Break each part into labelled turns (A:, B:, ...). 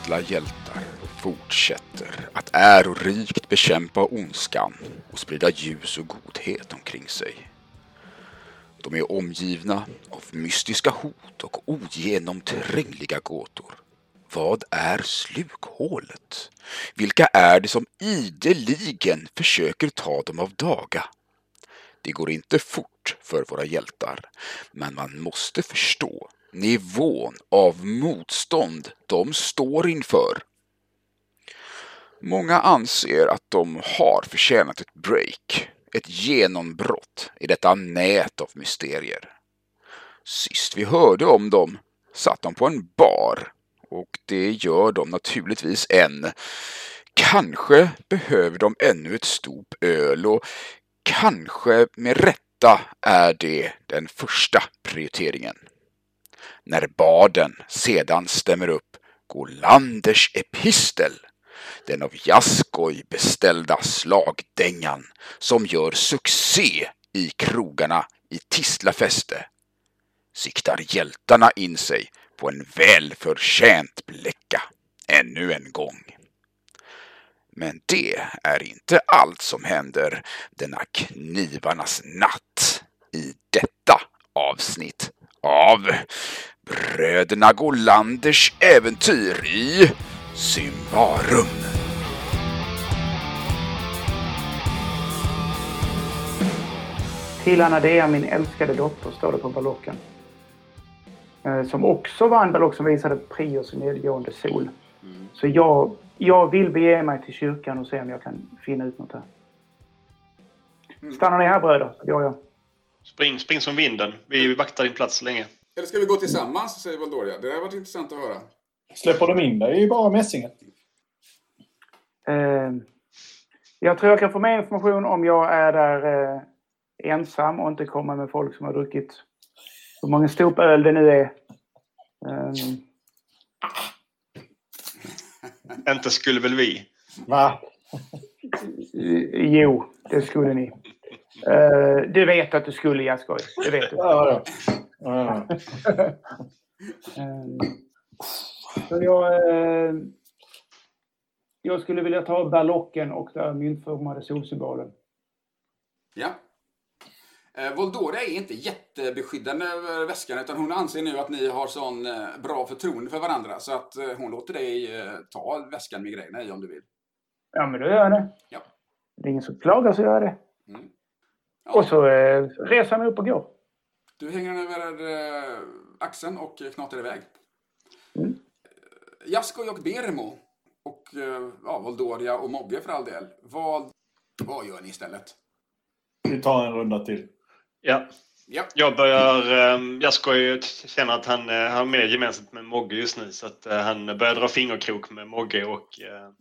A: ädla hjältar fortsätter att ärorikt bekämpa ondskan och sprida ljus och godhet omkring sig. De är omgivna av mystiska hot och ogenomträngliga gåtor. Vad är slukhålet? Vilka är det som ideligen försöker ta dem av daga? Det går inte fort för våra hjältar, men man måste förstå nivån av motstånd de står inför. Många anser att de har förtjänat ett break, ett genombrott i detta nät av mysterier. Sist vi hörde om dem satt de på en bar, och det gör de naturligtvis än. Kanske behöver de ännu ett stort öl, och kanske med rätta är det den första prioriteringen. När baden sedan stämmer upp Golanders epistel, den av Jaskoj beställda slagdängan som gör succé i krogarna i Tislafäste, siktar hjältarna in sig på en välförtjänt bläcka ännu en gång. Men det är inte allt som händer denna knivarnas natt i detta avsnitt av Bröderna Golanders äventyr i Symbarum.
B: Till Anadea, min älskade dotter, står det på ballocken. Som också var en ballock som visade Prios nedgående sol. Så jag vill bege mig till kyrkan och se om jag kan finna ut något här. Stannar ni här, bröder? Ja.
C: Spring som vinden. Vi vaktar din plats länge.
A: Eller ska vi gå tillsammans, säger Valdoria. Det har varit intressant att höra.
D: Släpper de in dig i bara mässingen?
B: Jag tror jag kan få mer information om jag är där ensam och inte kommer med folk som har druckit hur många stop öl det nu är.
C: Inte skulle väl vi?
D: Va?
B: Jo, det skulle ni. Du vet att du skulle, Jaskoj. Det vet du.
D: Ja.
B: Så jag skulle vilja ta ballocken och den myntformade solsymbolen.
A: Ja. Valdoria är inte jättebeskyddande över väskan, utan hon anser nu att ni har sån bra förtroende för varandra, så att hon låter dig ta väskan med grejerna i om du vill.
B: Ja, men då gör jag det.
A: Ja.
B: Det är ingen som klagar, så gör jag det. Ja. Och så reser jag mig upp och går. Du
A: hänger den över axeln och knatar iväg. Jaskoj och Beremo och Valdoria och Mogge för all del. Vad gör ni istället?
D: Vi tar en runda till.
C: Ja. Jag Jaskoj känner att han har mer gemensamt med Mogge just nu, så att han börjar dra fingerkrok med Mogge och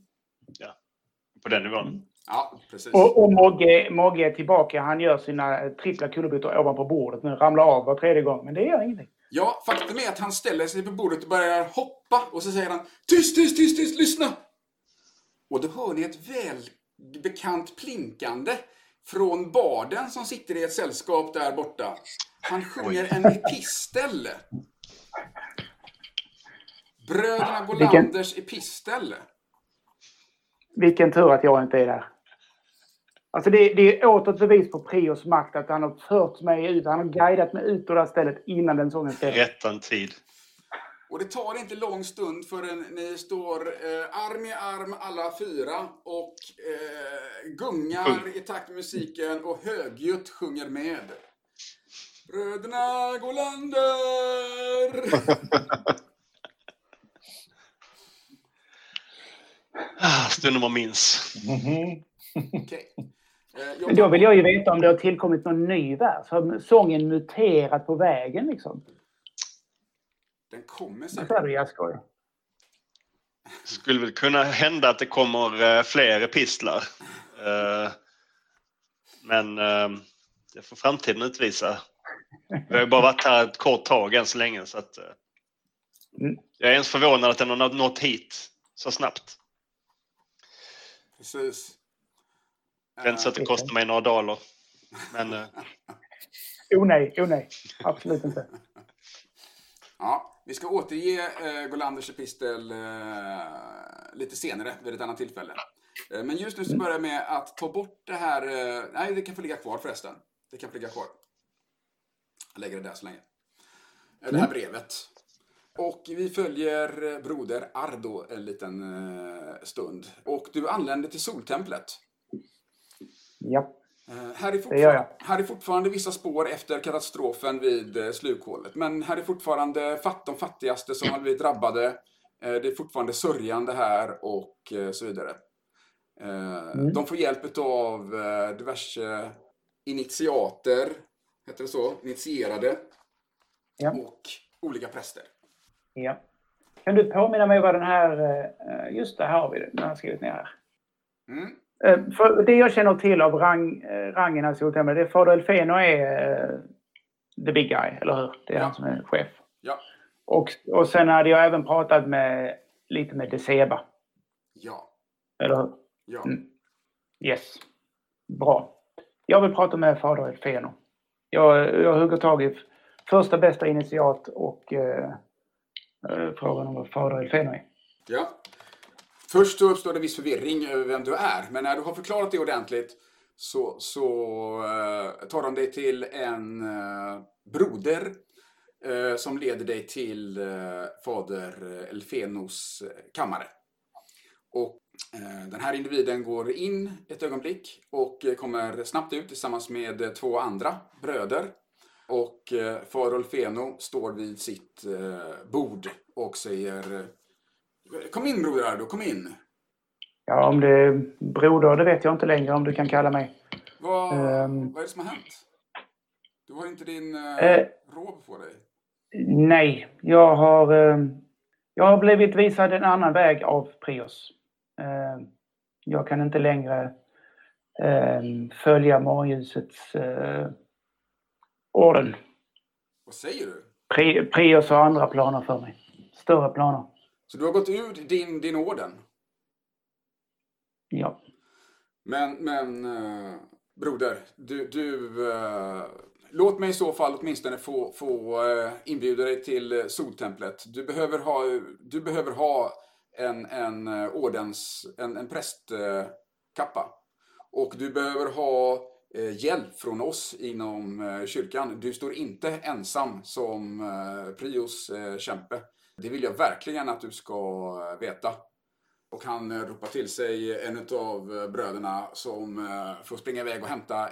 C: på den nivån.
A: Ja, precis.
B: Och Mogge är tillbaka. Han gör sina trippla kullerbyttor ovanpå bordet. Nu ramlar av var tredje gång, men det gör ingenting.
A: Ja, faktum är att han ställer sig på bordet och börjar hoppa, och så säger han: tyst, lyssna! Och då hör ni ett välbekant plinkande från barden som sitter i ett sällskap där borta. Han sjunger en epistel. Bröderna Golanders epistel.
B: Vilken tur att jag inte är där. Alltså det är åter ett bevis på Prios makt att han har fört mig ut. Han har guidat mig ut ur det här stället innan den sången stället.
C: Rättan tid.
A: Och det tar inte lång stund förrän ni står arm i arm alla fyra och gungar i takt med musiken och högljutt sjunger med. Bröderna Golander!
C: Stunden man minns.
A: Okej.
B: Men då vill jag ju veta om det har tillkommit någon ny vers. Har sången muterat på vägen liksom?
A: Den kommer säkert.
B: Vad är det, Jaskoj?
C: Skulle väl kunna hända att det kommer fler epistlar. Men det får framtiden utvisa. Vi har ju bara varit här ett kort tag än så länge, så att jag är ens förvånad att den har nått hit så snabbt.
A: Precis.
C: Det är inte så att det kostar mig några daler. Men
B: nej. Absolut inte.
A: Ja, vi ska återge Golanders epistel lite senare vid ett annat tillfälle. Men just nu så börjar jag med att ta bort det här... nej, det kan få ligga kvar förresten. Det kan få ligga kvar. Jag lägger det där så länge. Det här brevet. Och vi följer broder Ardo en liten stund. Och du anländer till soltemplet.
B: Ja,
A: Här
B: det gör jag.
A: är fortfarande vissa spår efter katastrofen vid slukhålet. Men här är fortfarande de fattigaste som har blivit drabbade. Det är fortfarande sörjande här och så vidare. De får hjälp av diverse initiater, heter det så? Initierade.
B: Ja.
A: Och olika präster.
B: Ja. Kan du påminna mig vad den här... just det här har vi det. Den har jag skrivit ner här. För det jag känner till av rangen här i soltemplet, det är Fader Elfeno är the big guy, eller hur? Det är han som är chef.
A: Ja.
B: Och sen hade jag även pratat lite med Deceba.
A: Ja.
B: Eller hur?
A: Ja.
B: Yes. Bra. Jag vill prata med Fader Elfeno. Jag hugger tag i första bästa initiat och frågan om vad Fader Elfeno är.
A: Ja. Först så uppstår det viss förvirring över vem du är. Men när du har förklarat det ordentligt så tar de dig till en broder som leder dig till Fader Elfenos kammare. Och den här individen går in ett ögonblick och kommer snabbt ut tillsammans med 2 andra bröder. Och Fader Elfeno står vid sitt bord och säger: kom in broder Ardo, kom in.
B: Ja, om det är broder, det vet jag inte längre om du kan kalla mig.
A: Vad är det som har hänt? Du har inte din råd på dig.
B: Nej, jag har blivit visad en annan väg av Prios. Jag kan inte längre följa morgonljusets orden.
A: Vad säger du?
B: Prios har andra planer för mig. Större planer.
A: Så du har gått ur din orden?
B: Ja.
A: Men broder, du låt mig i så fall åtminstone få inbjuda dig till soltemplet. Du behöver ha en prästkappa. Och du behöver ha hjälp från oss inom kyrkan. Du står inte ensam som Prios kämpe. Det vill jag verkligen att du ska veta. Och han ropar till sig en av bröderna som får springa iväg och hämta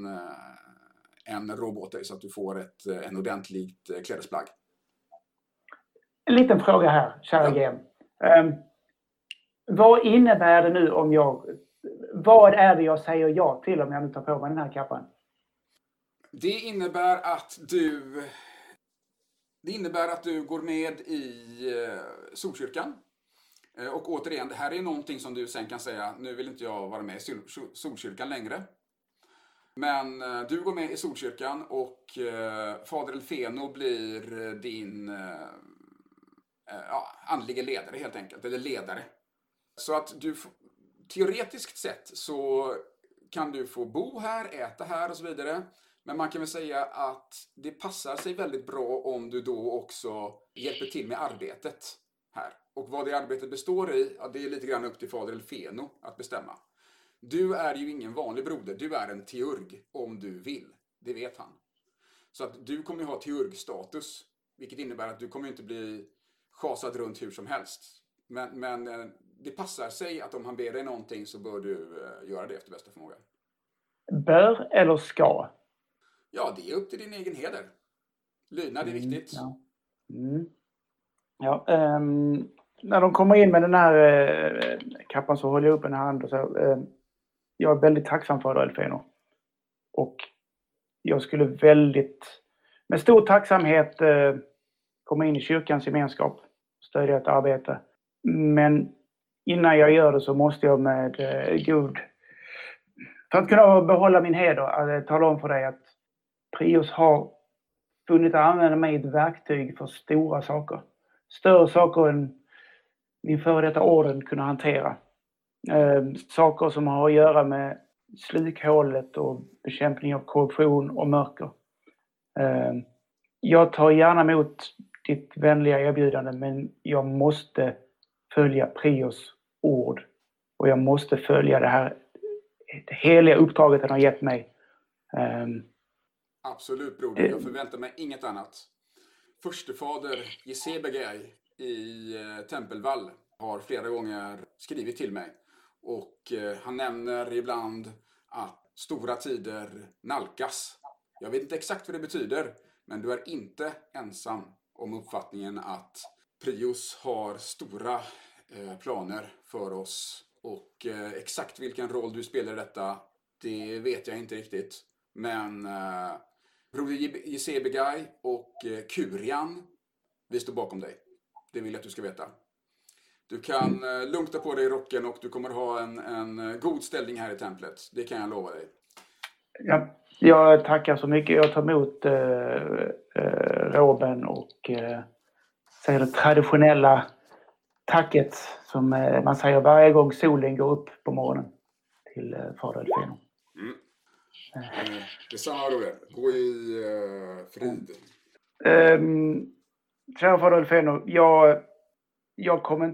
A: en robot dig så att du får en ordentligt klädesplagg.
B: En liten fråga här, kära GM. Vad innebär det nu vad är det jag säger ja till om jag nu tar på mig den här kappan?
A: Det innebär att du går med i Solkyrkan. Och återigen, det här är någonting som du sen kan säga, nu vill inte jag vara med i Solkyrkan längre. Men du går med i Solkyrkan och Fader Elfeno blir din andliga ledare helt enkelt, eller ledare. Så att du teoretiskt sett så kan du få bo här, äta här och så vidare. Men man kan väl säga att det passar sig väldigt bra om du då också hjälper till med arbetet här. Och vad det arbetet består i, det är lite grann upp till Fader Elfeno att bestämma. Du är ju ingen vanlig broder, du är en teurg om du vill. Det vet han. Så att du kommer ha teurgstatus, vilket innebär att du kommer inte bli schasad runt hur som helst. Men det passar sig att om han ber dig någonting så bör du göra det efter bästa förmåga.
B: Bör eller ska?
A: Ja, det är upp till din egen heder. Lydnad är viktigt.
B: Ja. Ja, när de kommer in med den här kappan så håller jag upp en hand och så. Jag är väldigt tacksam för det, Elfeno. Och jag skulle med stor tacksamhet komma in i kyrkans gemenskap, stödja ett arbete. Men innan jag gör det så måste jag med Gud, för att kunna behålla min heder, tala om för dig att Prios har funnit att använda mig ett verktyg för stora saker. Större saker än min före detta orden kunde hantera. Saker som har att göra med slukhålet och bekämpning av korruption och mörker. Jag tar gärna emot ditt vänliga erbjudande, men jag måste följa Prios ord. Och jag måste följa det heliga uppdraget han har gett mig.
E: Absolut, broder. Jag förväntar mig inget annat. Förstefader Jesebegai i Tempelvall har flera gånger skrivit till mig. Och han nämner ibland att stora tider nalkas. Jag vet inte exakt vad det betyder, men du är inte ensam om uppfattningen att Prios har stora planer för oss. Och exakt vilken roll du spelar i detta, det vet jag inte riktigt. Men broder Jesebegai och Kurian, vi står bakom dig. Det vill jag att du ska veta. Du kan lugnt ta på dig rocken och du kommer ha en god ställning här i templet. Det kan jag lova dig.
B: Ja, jag tackar så mycket. Jag tar emot roben och säger det traditionella tacket som man säger varje gång solen går upp på morgonen till Fader Elfeno.
E: Detsamma broder. Gå i frid.
B: Kära Fader Elfeno, jag kom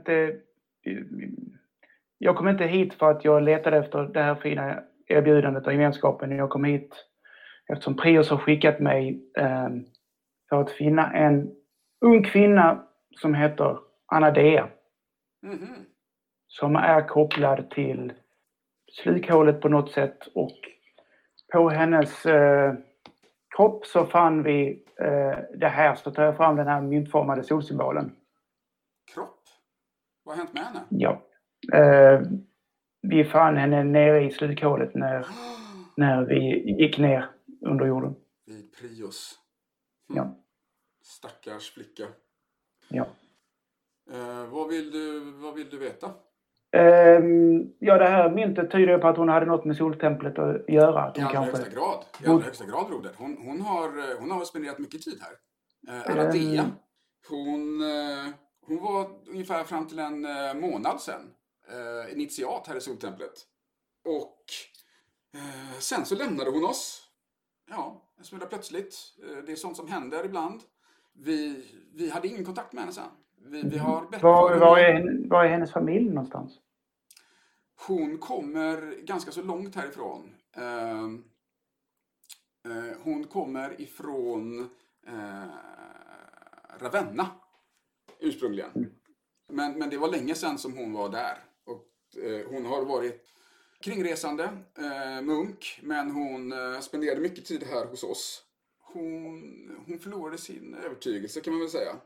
B: inte hit för att jag letade efter det här fina erbjudandet och gemenskapen. Jag kom hit eftersom Prios har skickat mig för att finna en ung kvinna som heter Anadea. Som är kopplad till slukhålet på något sätt, och på hennes kropp så fann vi det här, så tar jag fram den här myntformade solsymbolen.
E: Kropp? Vad har hänt med henne?
B: Ja. Vi fann henne nere i slukhålet när vi gick ner under jorden.
E: Vid Prios.
B: Ja.
E: Stackars flicka.
B: Ja.
E: Vad vill du veta?
B: Ja, det här myntet tyder på att hon hade något med soltemplet att göra.
E: I allra högsta grad. I allra högsta grad, broder. Hon har spenderat mycket tid här. Anadea. Hon var ungefär fram till en månad sedan initiat här i soltemplet. Och sen så lämnade hon oss. Ja, en smula plötsligt. Det är sånt som händer ibland. Vi hade ingen kontakt med henne sen. Vi har bett
B: var är hennes familj någonstans?
E: Hon kommer ganska så långt härifrån. Hon kommer ifrån Ravenna ursprungligen. Men det var länge sedan som hon var där. Och hon har varit kringresande munk, men hon spenderade mycket tid här hos oss. Hon förlorade sin övertygelse, kan man väl säga.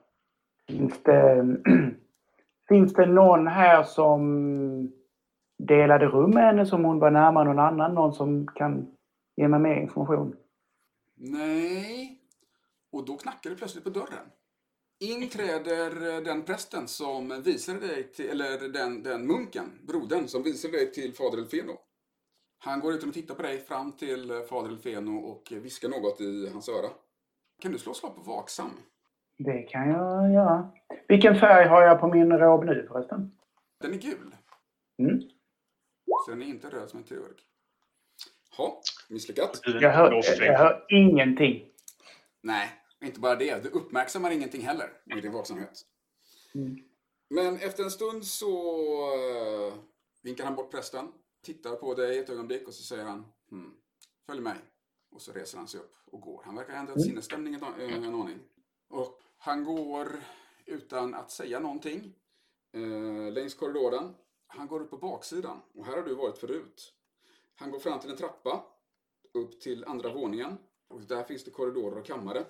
B: Finns det någon här som delade rum med henne, som hon var närmare någon annan? Någon som kan ge mig mer information?
E: Nej. Och då knackar det plötsligt på dörren. Inträder den prästen som visade dig till, eller den munken, brodern som visade dig till Fader Elfeno. Han går ut och tittar på dig fram till Fader Elfeno och viskar något i hans öra. Kan du slå slag på vaksam?
B: Det kan jag göra. Vilken färg har jag på min rob nu förresten?
E: Den är gul. Så den är inte röd som en teurg. Ja, misslyckat.
B: Jag hör ingenting.
E: Nej, inte bara det. Du uppmärksammar ingenting heller med din vaksamhet. Men efter en stund så vinkar han bort prästen. Tittar på dig ett ögonblick och så säger han: följ mig. Och så reser han sig upp och går. Han verkar ha ändrat sinnesstämning en aning. Och han går utan att säga någonting längs korridoren. Han går upp på baksidan. Och här har du varit förut. Han går fram till en trappa upp till andra våningen. Och där finns det korridorer och kammare.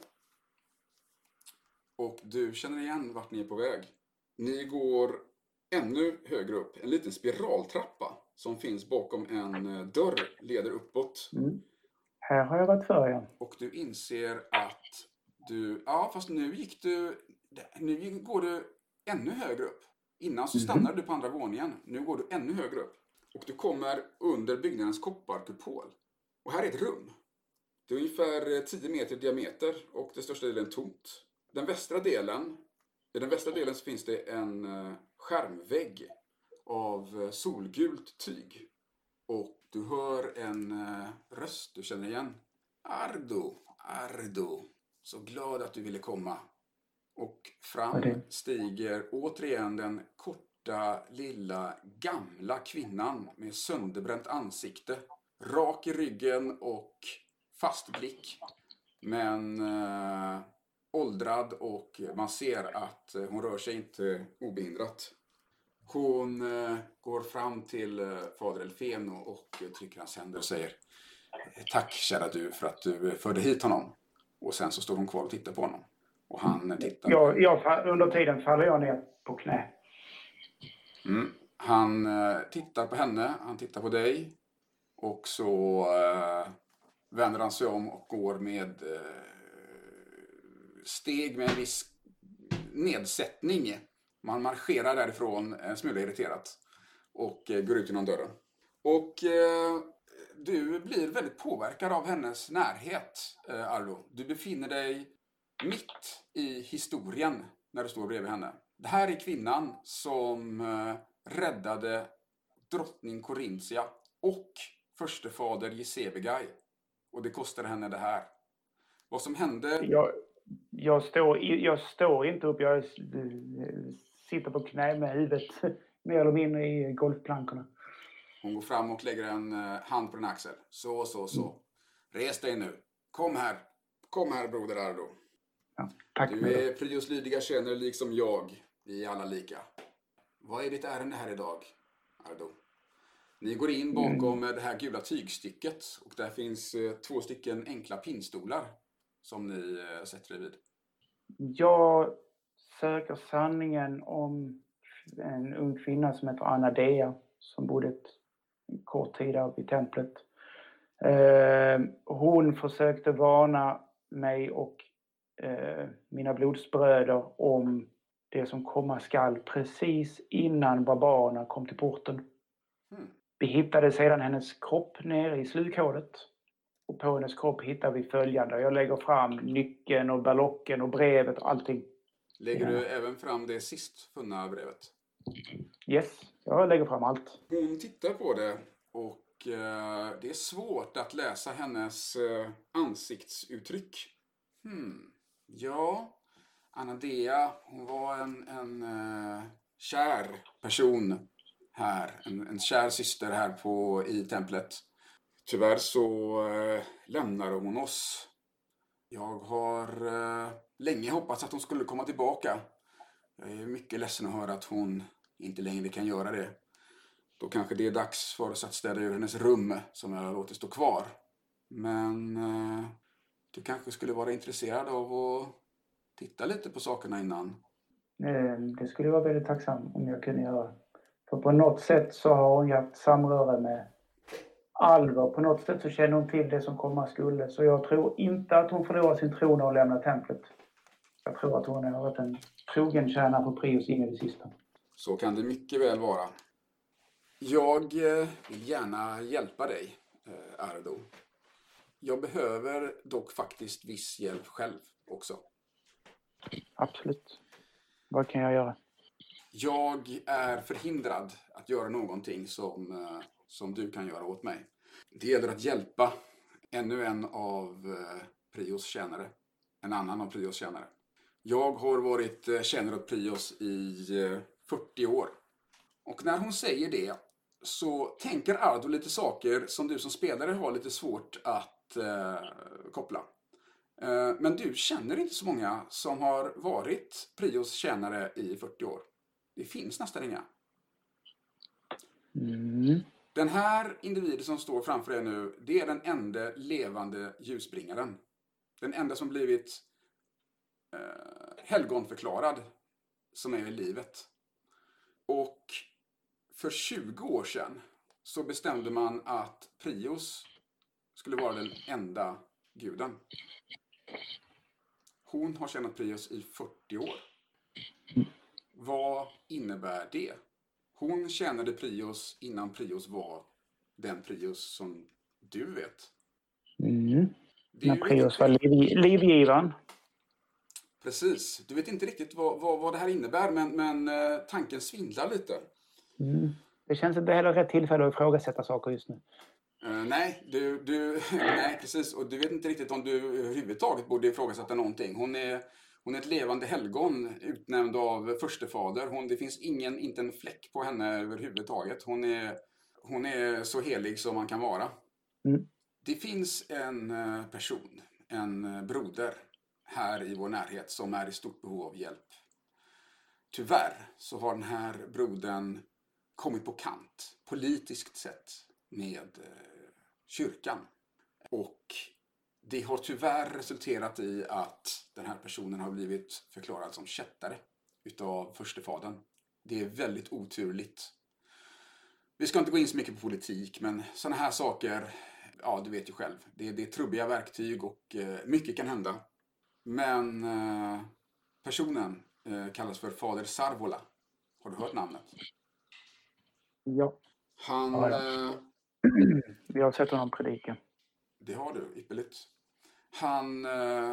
E: Och du känner igen vart ni är på väg. Ni går ännu högre upp. En liten spiraltrappa som finns bakom en dörr leder uppåt.
B: Här har jag varit för, ja.
E: Och du inser att fast nu går du ännu högre upp. Innan så stannade du på andra våningen. Nu går du ännu högre upp. Och du kommer under byggnadens kopparkupol. Och här är ett rum. Det är ungefär 10 meter i diameter och det största delen tomt. I den västra delen så finns det en skärmvägg av solgult tyg. Och du hör en röst du känner igen. Ardo, så glad att du ville komma. Och fram stiger återigen den korta, lilla, gamla kvinnan med sönderbränt ansikte. Rak i ryggen och fast blick. Men åldrad, och man ser att hon rör sig inte obehindrat. Hon går fram till fader Elfeno och trycker hans händer och säger: tack kära du för att du förde hit honom. Och sen så står hon kvar och tittar på honom. Och han tittar.
B: Under tiden faller jag ner på knä.
E: Han tittar på henne, han tittar på dig. Och så vänder han sig om och går med steg med en viss nedsättning. Man marscherar därifrån en smula irriterat och går ut genom dörren. Och du blir väldigt påverkad av hennes närhet, Arlo. Du befinner dig mitt i historien när du står bredvid henne. Det här är kvinnan som räddade drottning Corinthia och förstefader Jesebegai. Och det kostade henne det här. Vad som hände...
B: Jag står inte upp. Jag sitter på knä med huvudet mer eller mindre i golfplankorna.
E: Hon går fram och lägger en hand på din axel. Så. Res dig nu. Kom här broder Ardo.
B: Ja, tack.
E: Du är Prios lydiga tjänare liksom jag. Vi är alla lika. Vad är ditt ärende här idag, Ardo? Ni går in bakom det här gula tygstycket. Och där finns 2 stycken enkla pinnstolar som ni sätter er vid.
B: Jag söker sanningen om en ung kvinna som heter Anadea, som bodde en kort tid där vid templet. Hon försökte varna mig och mina blodsbröder om det som komma skall precis innan barbarerna kom till porten. Vi hittade sedan hennes kropp nere i slukhålet. Och på hennes kropp hittar vi följande. Jag lägger fram nyckeln och berlocken och brevet och allting.
E: Lägger du även fram det sist funna brevet?
B: Yes, jag lägger fram allt.
E: Hon tittar på det och det är svårt att läsa hennes ansiktsuttryck. Ja, Anadea, hon var en kär person här. En kär syster här i templet. Tyvärr så lämnar hon oss. Jag har länge hoppats att hon skulle komma tillbaka. Jag är mycket ledsen att höra att hon inte längre kan göra det. Då kanske det är dags för oss att städa ur hennes rum som jag låter stå kvar. Men du kanske skulle vara intresserad av att titta lite på sakerna innan.
B: Det skulle jag vara väldigt tacksam om jag kunde göra. För på något sätt så har hon haft samröre med Alver. På något sätt så känner hon till det som komma skulle. Så jag tror inte att hon förlorar sin tron och lämnar templet. Jag tror att hon har varit en trogen tjänare på Prios in i det sista.
E: Så kan det mycket väl vara. Jag vill gärna hjälpa dig, Ardo. Jag behöver dock faktiskt viss hjälp själv också.
B: Absolut. Vad kan jag göra?
E: Jag är förhindrad att göra någonting som du kan göra åt mig. Det gäller att hjälpa ännu en av Prios tjänare. En annan av Prios tjänare. Jag har varit tjänare åt Prios i 40 år. Och när hon säger det så tänker Ardo lite saker som du som spelare har lite svårt att koppla. Men du känner inte så många som har varit Prios tjänare i 40 år. Det finns nästan inga. Den här individen som står framför dig nu, det är den enda levande ljusbringaren. Den enda som blivit helgonförklarad som är i livet. Och för 20 år sedan så bestämde man att Prios skulle vara den enda guden. Hon har tjänat Prios i 40 år. Vad innebär det? Hon tjänade Prios innan Prios var den Prios som du vet.
B: När Prios var livgivaren.
E: Precis. Du vet inte riktigt vad det här innebär, men tanken svindlar lite.
B: Det känns inte heller rätt tillfälle att ifrågasätta saker just nu.
E: Nej, nej, precis. Och du vet inte riktigt om du överhuvudtaget borde ifrågasätta någonting. Hon är ett levande helgon utnämnd av förstefader. Det finns inte en fläck på henne överhuvudtaget. Hon är så helig som man kan vara.
B: Mm.
E: Det finns en person, en broder här i vår närhet som är i stort behov av hjälp. Tyvärr så har den här brodern kommit på kant politiskt sett med kyrkan. Och det har tyvärr resulterat i att den här personen har blivit förklarad som kättare utav förstefadern. Det är väldigt oturligt. Vi ska inte gå in så mycket på politik, men sådana här saker, ja, du vet ju själv. Det är trubbiga verktyg och mycket kan hända. Men personen kallas för Fader Sarvola. Har du hört namnet?
B: Ja.
E: Han...
B: Vi har sett honom predika.
E: Det har du, ypperligt. Han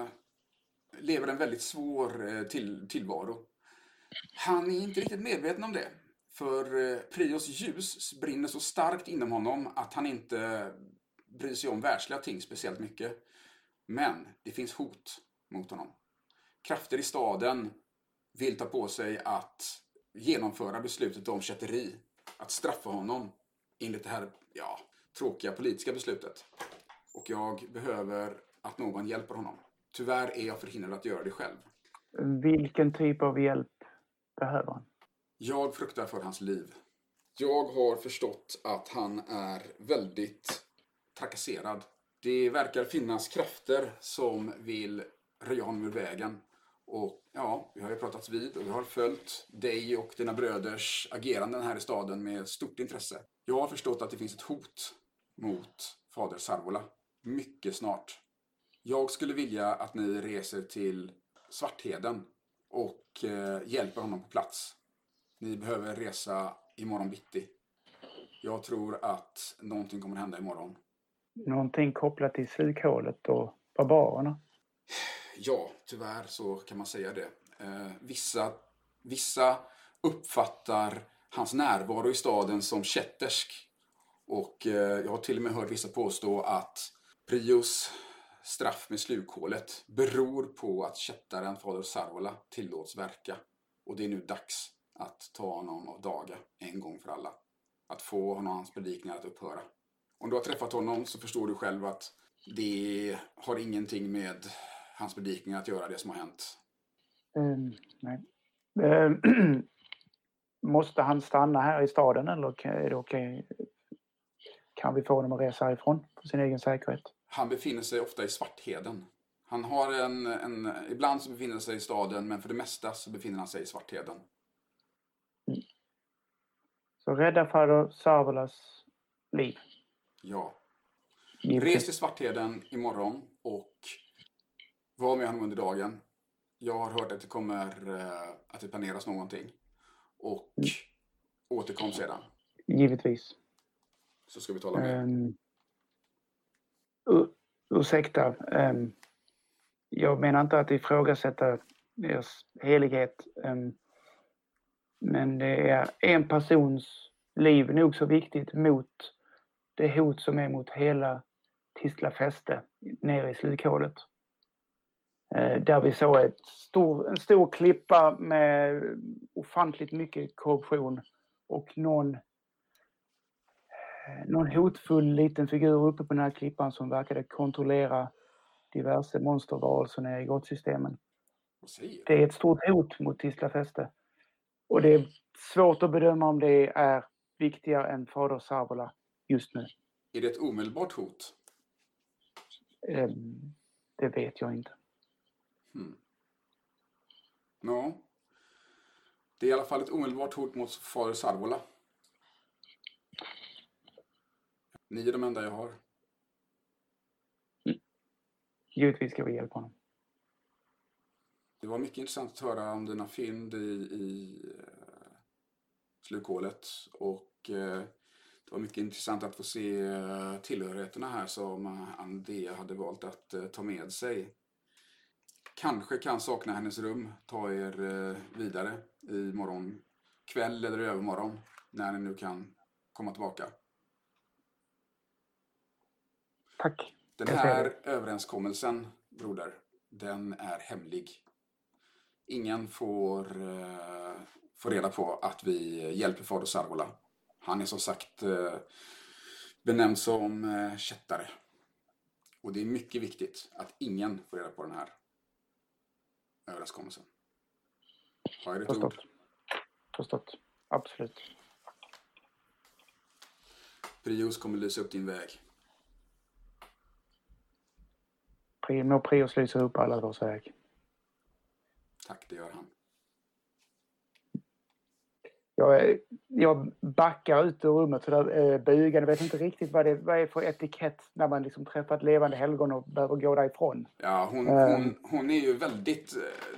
E: lever en väldigt svår tillvaro. Han är inte riktigt medveten om det. För Prios ljus brinner så starkt inom honom att han inte bryr sig om världsliga ting speciellt mycket. Men det finns hot mot honom. Krafter i staden vill ta på sig att genomföra beslutet om kätteri. Att straffa honom enligt det här tråkiga politiska beslutet. Och jag behöver att någon hjälper honom. Tyvärr är jag förhindrad att göra det själv.
B: Vilken typ av hjälp behöver han?
E: Jag fruktar för hans liv. Jag har förstått att han är väldigt trakasserad. Det verkar finnas krafter som vill röja honom ur vägen. Och ja, vi har ju pratats vid och vi har följt dig och dina bröders ageranden här i staden med stort intresse. Jag har förstått att det finns ett hot mot Fader Sarvola. Mycket snart. Jag skulle vilja att ni reser till Svartheden och hjälper honom på plats. Ni behöver resa imorgon bitti. Jag tror att någonting kommer hända imorgon.
B: Någonting kopplat till slukhålet och barbarerna?
E: Ja, tyvärr så kan man säga det. Vissa uppfattar hans närvaro i staden som kättersk. Och jag har till och med hört vissa påstå att Prios straff med slukhålet beror på att kättaren Fader Sarvola tillåts verka. Och det är nu dags att ta honom av daga en gång för alla. Att få honom hans predikningar att upphöra. Om du har träffat honom så förstår du själv att det har ingenting med hans predikningar att göra, det som har hänt.
B: Nej. Måste han stanna här i staden eller är det okej? Kan vi få honom att resa härifrån för sin egen säkerhet?
E: Han befinner sig ofta i Svartheden. Han har ibland så befinner han sig i staden, men för det mesta så befinner han sig i Svartheden.
B: Så rädda Fader Sarvolas liv.
E: Ja.
B: Givetvis.
E: Res till Svartheden imorgon och var med honom under dagen. Jag har hört att det planeras någonting. Och återkom sedan.
B: Givetvis.
E: Så ska vi tala mer.
B: Ursäkta. Jag menar inte att ifrågasätta deras helighet. Men det är en persons liv nog så viktigt mot det hot som är mot hela Tisla fäste nere i slukhålet. Där vi såg en stor klippa med ofantligt mycket korruption och någon hotfull liten figur uppe på den här klippan som verkade kontrollera diverse monstervarelser nere i grottsystemen. Det är ett stort hot mot Tisla fäste. Och det är svårt att bedöma om det är viktigare än Fader Sarvola just nu.
E: Är det ett omedelbart hot?
B: Det vet jag inte.
E: Ja. Det är i alla fall ett omedelbart hot mot Fader Sarvola. Ni är de enda jag har.
B: Givetvis ska vi hjälpa honom.
E: Det var mycket intressant att höra om dina fynd i slukhålet. Och det var mycket intressant att få se tillhörigheterna här som Andea hade valt att ta med sig. Kanske kan sakna hennes rum. Ta er vidare i morgon kväll eller övermorgon. När ni nu kan komma tillbaka.
B: Tack.
E: Den här överenskommelsen, broder, den är hemlig. ingen får reda på att vi hjälper Fader Sargola. Han är som sagt benämnd som kättare. Och det är mycket viktigt att ingen får reda på den här överenskommelsen. Har jag rätt ord?
B: Förstått. Absolut.
E: Prios kommer lysa upp din väg.
B: Prios lyser upp alla vårs väg.
E: Tack, det gör han.
B: Jag backar ut ur rummet så där bugen. Jag vet inte riktigt vad det är för etikett när man liksom träffar ett levande helgon och behöver gå därifrån.
E: Ja, hon är ju väldigt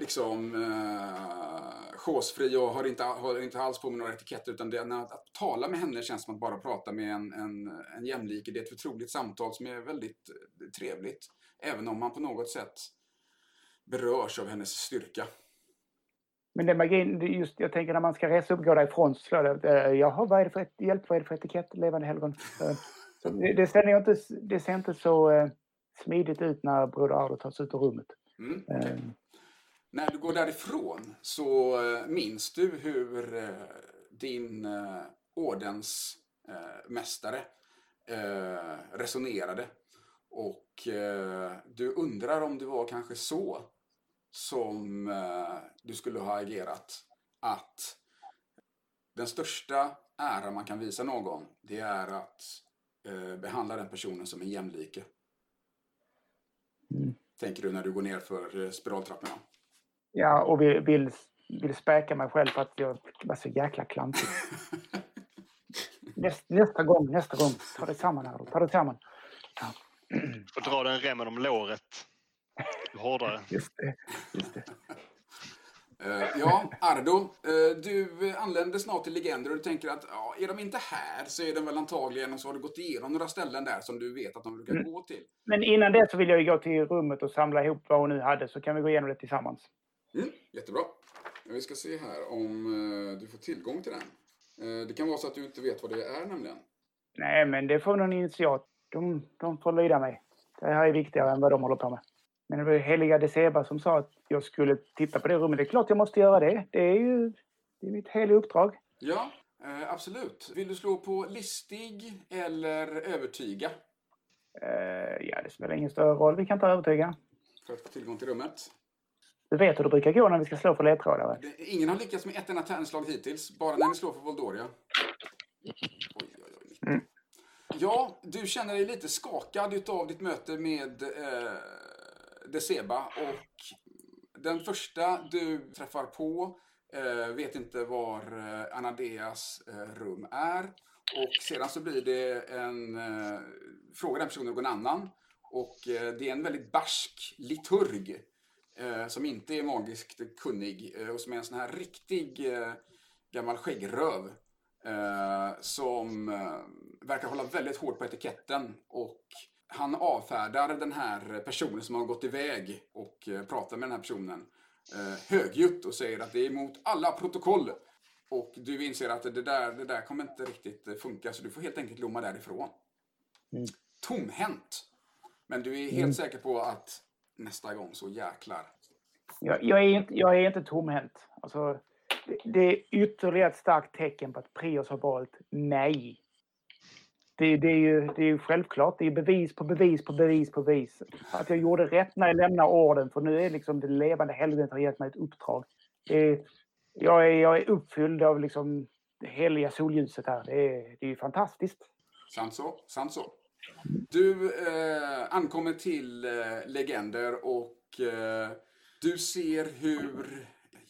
E: chosefri och har inte alls på med några etiketter, utan att tala med henne känns som att bara prata med en jämlike. Det är ett förtroligt samtal som är väldigt trevligt, även om man på något sätt berörs av hennes styrka. Men
B: det magin, just jag tänker när man ska resa upp, gå därifrån, så slår det. Jaha, vad är det för etikett, levande helgon? Så det ser inte så smidigt ut när Broder Ardo tas ut ur rummet.
E: När du går därifrån så minns du hur din ordensmästare resonerade. Och du undrar om det var kanske så som du skulle ha agerat. Att den största ära man kan visa någon, det är att behandla den personen som en jämlike. Tänker du när du går ner för spiraltrapporna?
B: Ja, och vill späka mig själv för att jag var så jäkla klantig. nästa gång. Ta det samman här. Ta det samman. Ja.
C: Får dra den remmen om låret. Hårdare.
B: Just det.
E: Ja, Ardo, du anländer snart till Legender och du tänker att är de inte här så är de väl antagligen, och så har du gått igenom några ställen där som du vet att de brukar gå till.
B: Men innan det så vill jag ju gå till rummet och samla ihop vad hon nu hade, så kan vi gå igenom det tillsammans.
E: Jättebra. Vi ska se här om du får tillgång till den. Det kan vara så att du inte vet vad det är nämligen.
B: Nej, men det får någon initiat. De får lyda mig. Det här är viktigare än vad de håller på med. Men det var heliga Deceba som sa att jag skulle titta på det rummet. Det är klart jag måste göra det. Det är mitt heliga uppdrag.
E: Ja, absolut. Vill du slå på listig eller övertyga?
B: Ja, det spelar ingen större roll. Vi kan ta övertyga.
E: För att få tillgång till rummet.
B: Du vet hur det brukar gå när vi ska slå för ledtrådar.
E: Ingen har lyckats med ett enda tärnslag hittills. Bara när ni slår för Voldoria. Oj. Ja, du känner dig lite skakad utav ditt möte med Deceba. Och den första du träffar på vet inte var Anadeas rum är. Och sedan så blir det fråga den personen någon annan. Och det är en väldigt barsk liturg som inte är magiskt kunnig och som är en sån här riktig gammal skäggröv som verkar hålla väldigt hårt på etiketten. Och han avfärdar den här personen som har gått iväg och pratar med den här personen högljutt och säger att det är emot alla protokoll. Och du inser att det där kommer inte riktigt funka, så du får helt enkelt lomma därifrån. Tomhänt. Men du är helt säker på att nästa gång så jäklar.
B: Jag är inte tomhänt. Alltså, det är ytterligare ett starkt tecken på att Prios har valt nej. Det är ju självklart. Det är bevis på bevis. Att jag gjorde rätt när jag lämnade orden. För nu är liksom det levande helvetet har gett mig ett uppdrag. Jag är uppfylld av liksom det heliga solljuset här. Det är ju fantastiskt.
E: Sant så. Du ankommer till Legender och du ser hur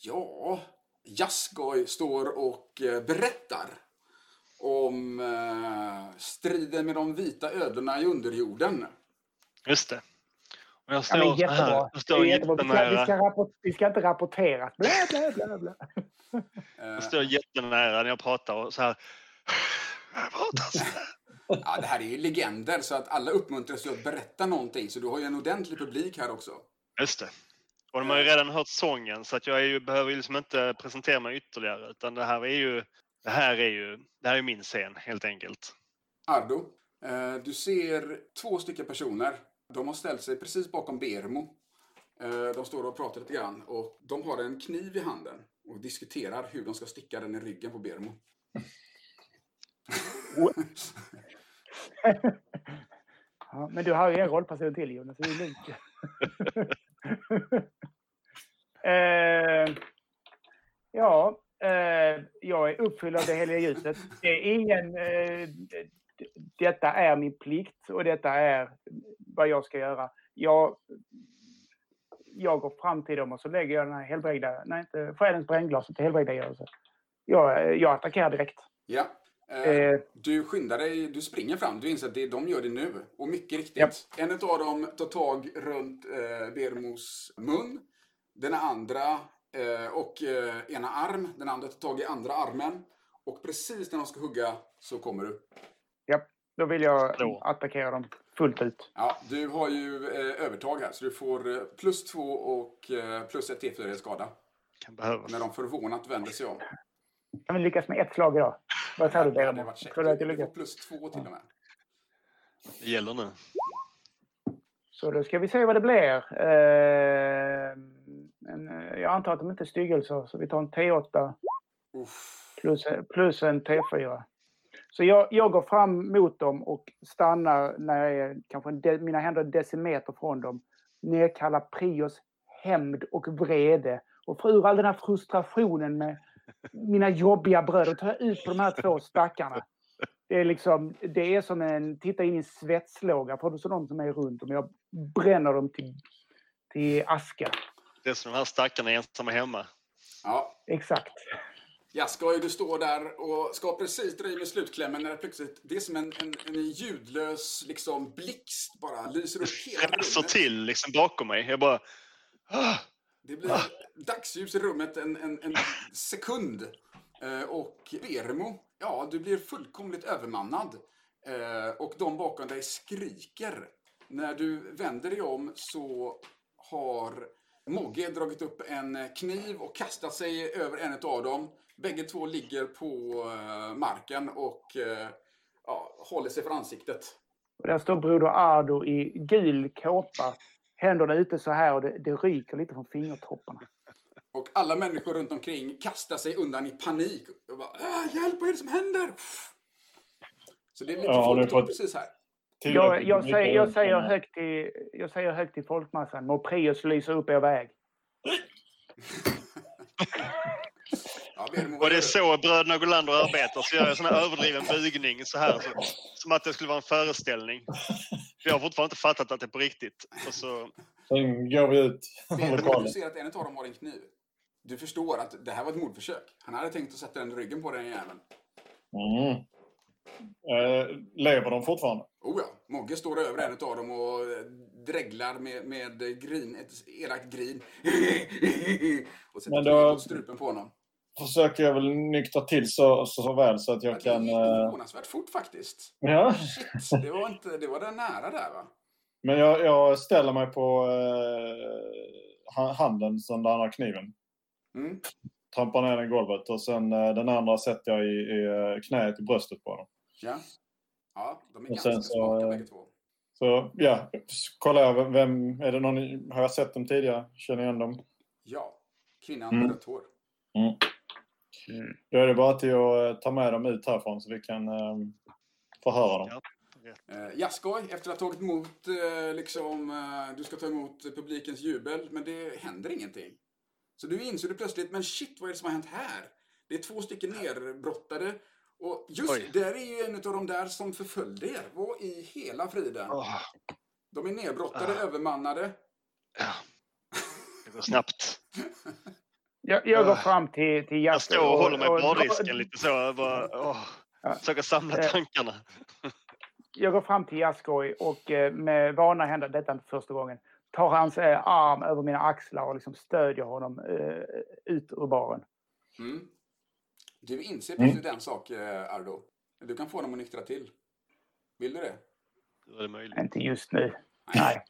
E: Jaskoj står och berättar om striden med de vita ödlorna i underjorden.
C: Just det. Och jag
B: står
C: jättebra.
B: Vi ska inte rapportera. Blä, blä.
C: Jag står jättenära när jag pratar och så här.
E: Ja, det här är ju Legender, så att alla uppmuntras att berätta någonting. Så du har ju en ordentlig publik här också.
C: Just det. Och de har ju redan hört sången, så att jag behöver ju liksom inte presentera mig ytterligare. Utan det här är min scen, helt enkelt.
E: Ardo, du ser 2 stycken personer. De har ställt sig precis bakom Bermo. De står och pratar lite grann och de har en kniv i handen och diskuterar hur de ska sticka den i ryggen på Bermo.
B: Ja, men du har ju en rollperson till, Jonas. Det är lugnt. Jag är uppfylld av det heliga ljuset. Det är ingen... detta är min plikt och detta är vad jag ska göra. Jag går fram till dem och så lägger jag den här helbrägda... Nej, inte själens brännglaset till helbrägda görelse. Jag attackerar direkt.
E: Ja. Du skyndar dig, du springer fram, du inser att de gör det nu. Och mycket riktigt,
B: Yep.
E: En av dem tar tag runt Bermos mun. Den andra och ena arm, den andra tar tag i andra armen. Och precis när de ska hugga så kommer du.
B: Ja, då vill jag attackera dem fullt ut.
E: Ja, du har ju övertag här så du får +2 och +1 T4 i skada.
C: Kan behövas.
E: När de förvånat vänder sig om.
B: Kan vi lyckas med ett slag idag? Vad sa du,
E: Det hade
B: Bermo?
E: varit käckt.
B: Tror du att jag
E: Du
B: lyckas?
E: får +2 till och med.
C: Det gäller nu.
B: Så då ska vi se vad det blir. Jag antar att de inte är styggelser, så vi tar en T8 plus en T4. Så jag går fram mot dem och stannar när jag är kanske mina händer decimeter från dem. Nedkallar Prios hämnd och vrede. Och för ur all den här frustrationen med mina jobbiga bröder tar jag ut på de här 2 stackarna. Det är som en titta in i en svetslåga för de som är runt om. Jag bränner dem till aska.
C: Det är som de här stackarna ensamma hemma.
E: Ja.
B: Exakt.
E: Jaskoj, du står där och ska precis dra i med slutklämmen när det plötsligt, det är som en ljudlös liksom blixt bara lyser upp hela rummet.
C: Så till liksom bakom mig. Jag bara...
E: Det blir dagsljus i rummet en sekund. Och Bermo, ja, du blir fullkomligt övermannad. Och de bakom dig skriker. När du vänder dig om så har Mogge dragit upp en kniv och kastat sig över en av dem. Bägge två ligger på marken och håller sig för ansiktet.
B: Och där står broder Ardo i gul kåpa. Händerna ute så här och det ryker lite från fingertopparna.
E: Och alla människor runt omkring kastar sig undan i panik. Och bara, hjälp, vad är det som händer? Så det är lite folk precis här.
B: Jag säger högt till folkmassan. Må Prius lysa upp er väg.
C: Och det är så bröderna Golander arbetar. Så jag gör en sån här överdriven bugning så här. Som att det skulle vara en föreställning. Jag har fortfarande inte fattat att det är på riktigt. Och så...
D: Sen går vi ut.
E: Du ser att en av dem har en kniv. Du förstår att det här var ett mordförsök. Han hade tänkt att sätta den i ryggen på den jäveln.
D: Lever de fortfarande?
E: Oh ja, Mogge står över en av dem och dreglar med grin, ett elakt grin. Och sätter kniv mot strupen på honom.
D: Försöker jag väl nyktra till så väl så att jag kan...
E: Det gick förvånansvärt fort faktiskt.
D: Ja.
E: Shit, det var den nära där va?
D: Men jag ställer mig på handen som där han har kniven. Trampar ner den i golvet och sen den andra sätter jag i knäet i bröstet på honom.
E: Ja, de är ganska smarta bägge två.
D: Så ja, kolla jag vem är det någon, har jag sett dem tidigare? Känner igen dem?
E: Ja, kvinnan med rött hår.
D: Då är det bara till att ta med dem ut härifrån så vi kan förhöra dem.
E: Jaskoj, efter att ha tagit emot du ska ta emot publikens jubel, men det händer ingenting. Så du inser det plötsligt, men shit, vad är det som har hänt här? Det är 2 stycken nerbrottade. Och just där är ju en av de där som förföljde er. Vad i hela friden? De är nerbrottade, övermannade.
C: Ja, det går snabbt.
B: Jag går fram till Jaskoj. Jag
C: står och håller mig på bardisken lite så. Jag bara, försöker samla tankarna.
B: Jag går fram till Jaskoj och med vana händer, detta inte första gången, tar hans arm över mina axlar och liksom stödjer honom ut ur baren.
E: Du inser precis en sak, Ardo. Du kan få honom att nyktra till. Vill du det?
C: Hur är det möjligt?
B: Inte just nu. Nej.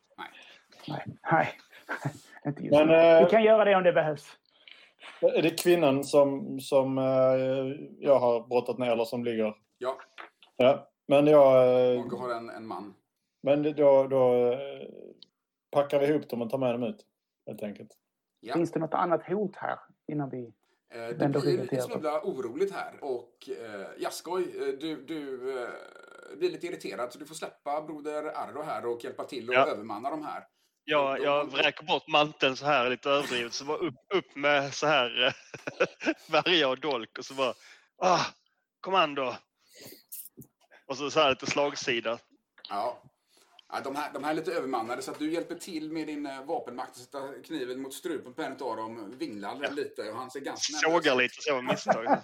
B: Inte just nu. Vi kan göra det om det behövs.
D: Är det kvinnan som jag har brottat ner eller som ligger?
E: Ja.
D: Men
E: Mogge har en man.
D: Men då packar vi ihop dem och tar med dem ut. helt enkelt.
E: Ja.
B: Finns det något annat hot här innan vi
E: Det
B: vänder ryggen
E: blir
B: till
E: en
B: er?
E: smula oroligt här och Jaskoj, du blir lite irriterad så du får släppa broder Ardo här och hjälpa till och övermanna de här.
C: Jag vräker bort manteln så här lite överdrivet, så bara upp med så här värja och dolk och så bara kommando. Och så här lite slagsida.
E: Ja. Ja, de här är lite övermannade så att du hjälper till med din vapenmakt att sätta kniven mot strupen på en av dem, vinglar lite och han ser ganska
C: sågar lite så av misstag.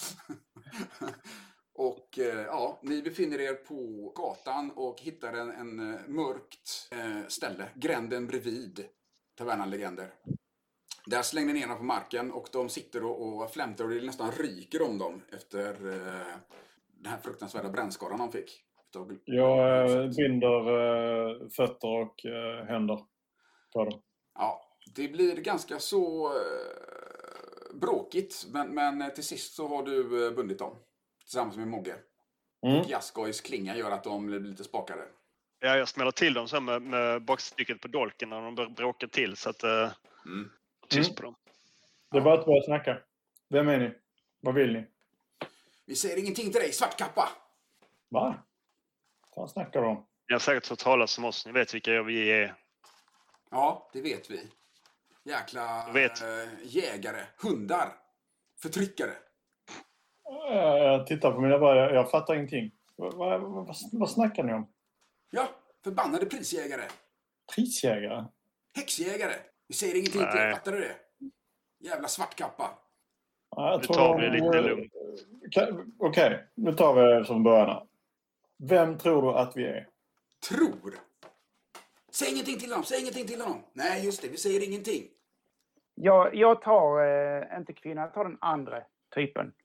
E: Och ni befinner er på gatan och hittar en mörkt ställe, gränden bredvid Tavernan Legender. Där slängde ni ner dem på marken och de sitter och flämtar och det nästan ryker om dem efter den här fruktansvärda brännskadan de fick.
D: Jag binder fötter och händer på dem.
E: Ja, det blir ganska så bråkigt, men till sist så har du bundit dem tillsammans med Mogge. Och Jaskojs klinga gör att de blir lite spakade.
C: Ja, jag smäller till dem så med bakstycket på dolken när de bråkar till så att tyst på dem.
D: Det är bara att börja snacka. Vem är ni? Vad vill ni?
E: Vi säger ingenting till dig, svartkappa!
D: Va? Vad snackar du om?
C: Jag har säkert hört talas om oss. Ni vet vilka vi är.
E: Ja, det vet vi. Jäkla jägare, hundar, förtryckare.
D: Jag tittar på mina bara. Jag fattar ingenting. Vad snackar ni om?
E: Ja, förbannade prisjägare.
D: Prisjägare?
E: Häxjägare. Vi säger ingenting till dig, fattar du det? Jävla svartkappa.
D: Ja,
C: nu tar vi lite lugnt.
D: Okej, nu tar vi det som början. Vem tror du att vi är?
E: Tror? Säg ingenting till honom. Nej, just det, vi säger ingenting.
B: Jag tar inte kvinnan, jag tar den andra typen.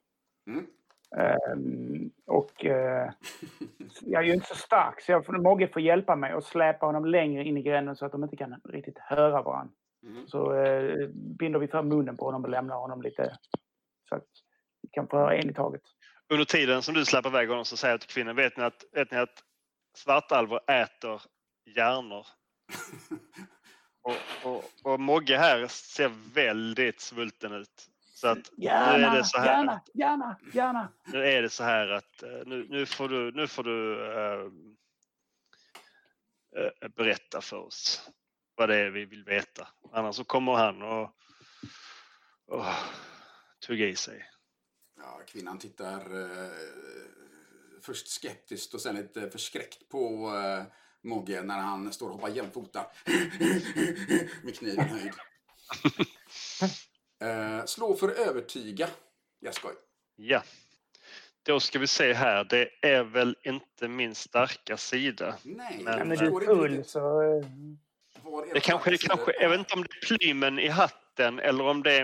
B: Jag är ju inte så stark så Mogge får hjälpa mig och släpa honom längre in i gränden så att de inte kan riktigt höra varandra. Så binder vi för munnen på honom och lämnar honom lite så att vi kan få höra en i taget.
C: Under tiden som du släpper iväg honom så säger jag till kvinnan, vet ni att svartalvor äter hjärnor? och Mogge här ser väldigt svulten ut. Så att
B: gärna,
C: nu är det så här.
B: Gärna.
C: Nu är det så här att nu får du berätta för oss vad det är vi vill veta. Annars så kommer han och tugga i sig.
E: Ja, kvinnan tittar först skeptiskt och sen lite förskräckt på Mogge när han står och hoppar jämfota med kniven höjd. Slå för övertyga, Jaskoj.
C: Ja. Då ska vi se här. Det är väl inte min starka sida.
E: Nej,
B: men du är full så...
C: Det kanske, jag vet inte om det är plymen i hatten eller om det är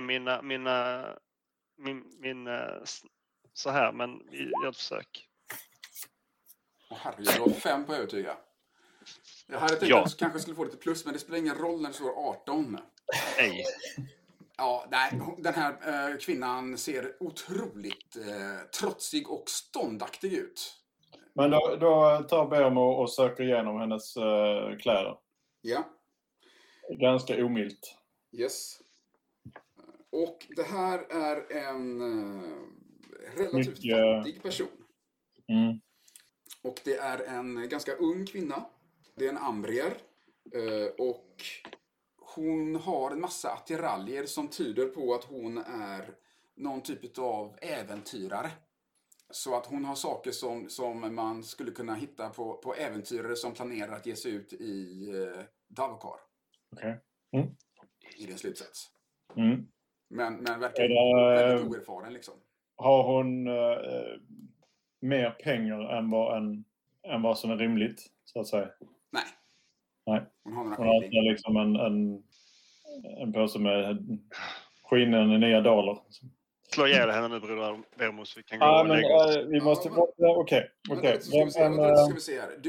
C: min så här, men jag försöker.
E: Herregud, du har 5 på övertyga. Jag hade tänkt att du kanske skulle få lite plus, men det spelar ingen roll när det står 18.
C: Nej.
E: Ja, nej, den här kvinnan ser otroligt trotsig och ståndaktig ut.
D: Men då tar Bermo och söker igenom hennes kläder.
E: Ja.
D: Ganska omilt.
E: Yes. Och det här är en relativt fattig person. Och det är en ganska ung kvinna. Det är en ambrier. Och hon har en massa attiraljer som tyder på att hon är någon typ av äventyrare. Så att hon har saker som man skulle kunna hitta på äventyrare som planerar att ge sig ut i Davokar.
D: Okej.
E: I din slutsats. Men verkar väldigt oerfaren liksom.
D: Har hon mer pengar än vad som är rimligt, så att säga? Nej. Hon har liksom en påse med skinnen nya daler.
C: Slå ihjäl henne nu, bror Bermos. Vi kan gå och lägga oss.
D: Vi måste... Okej.
E: Ska vi se här.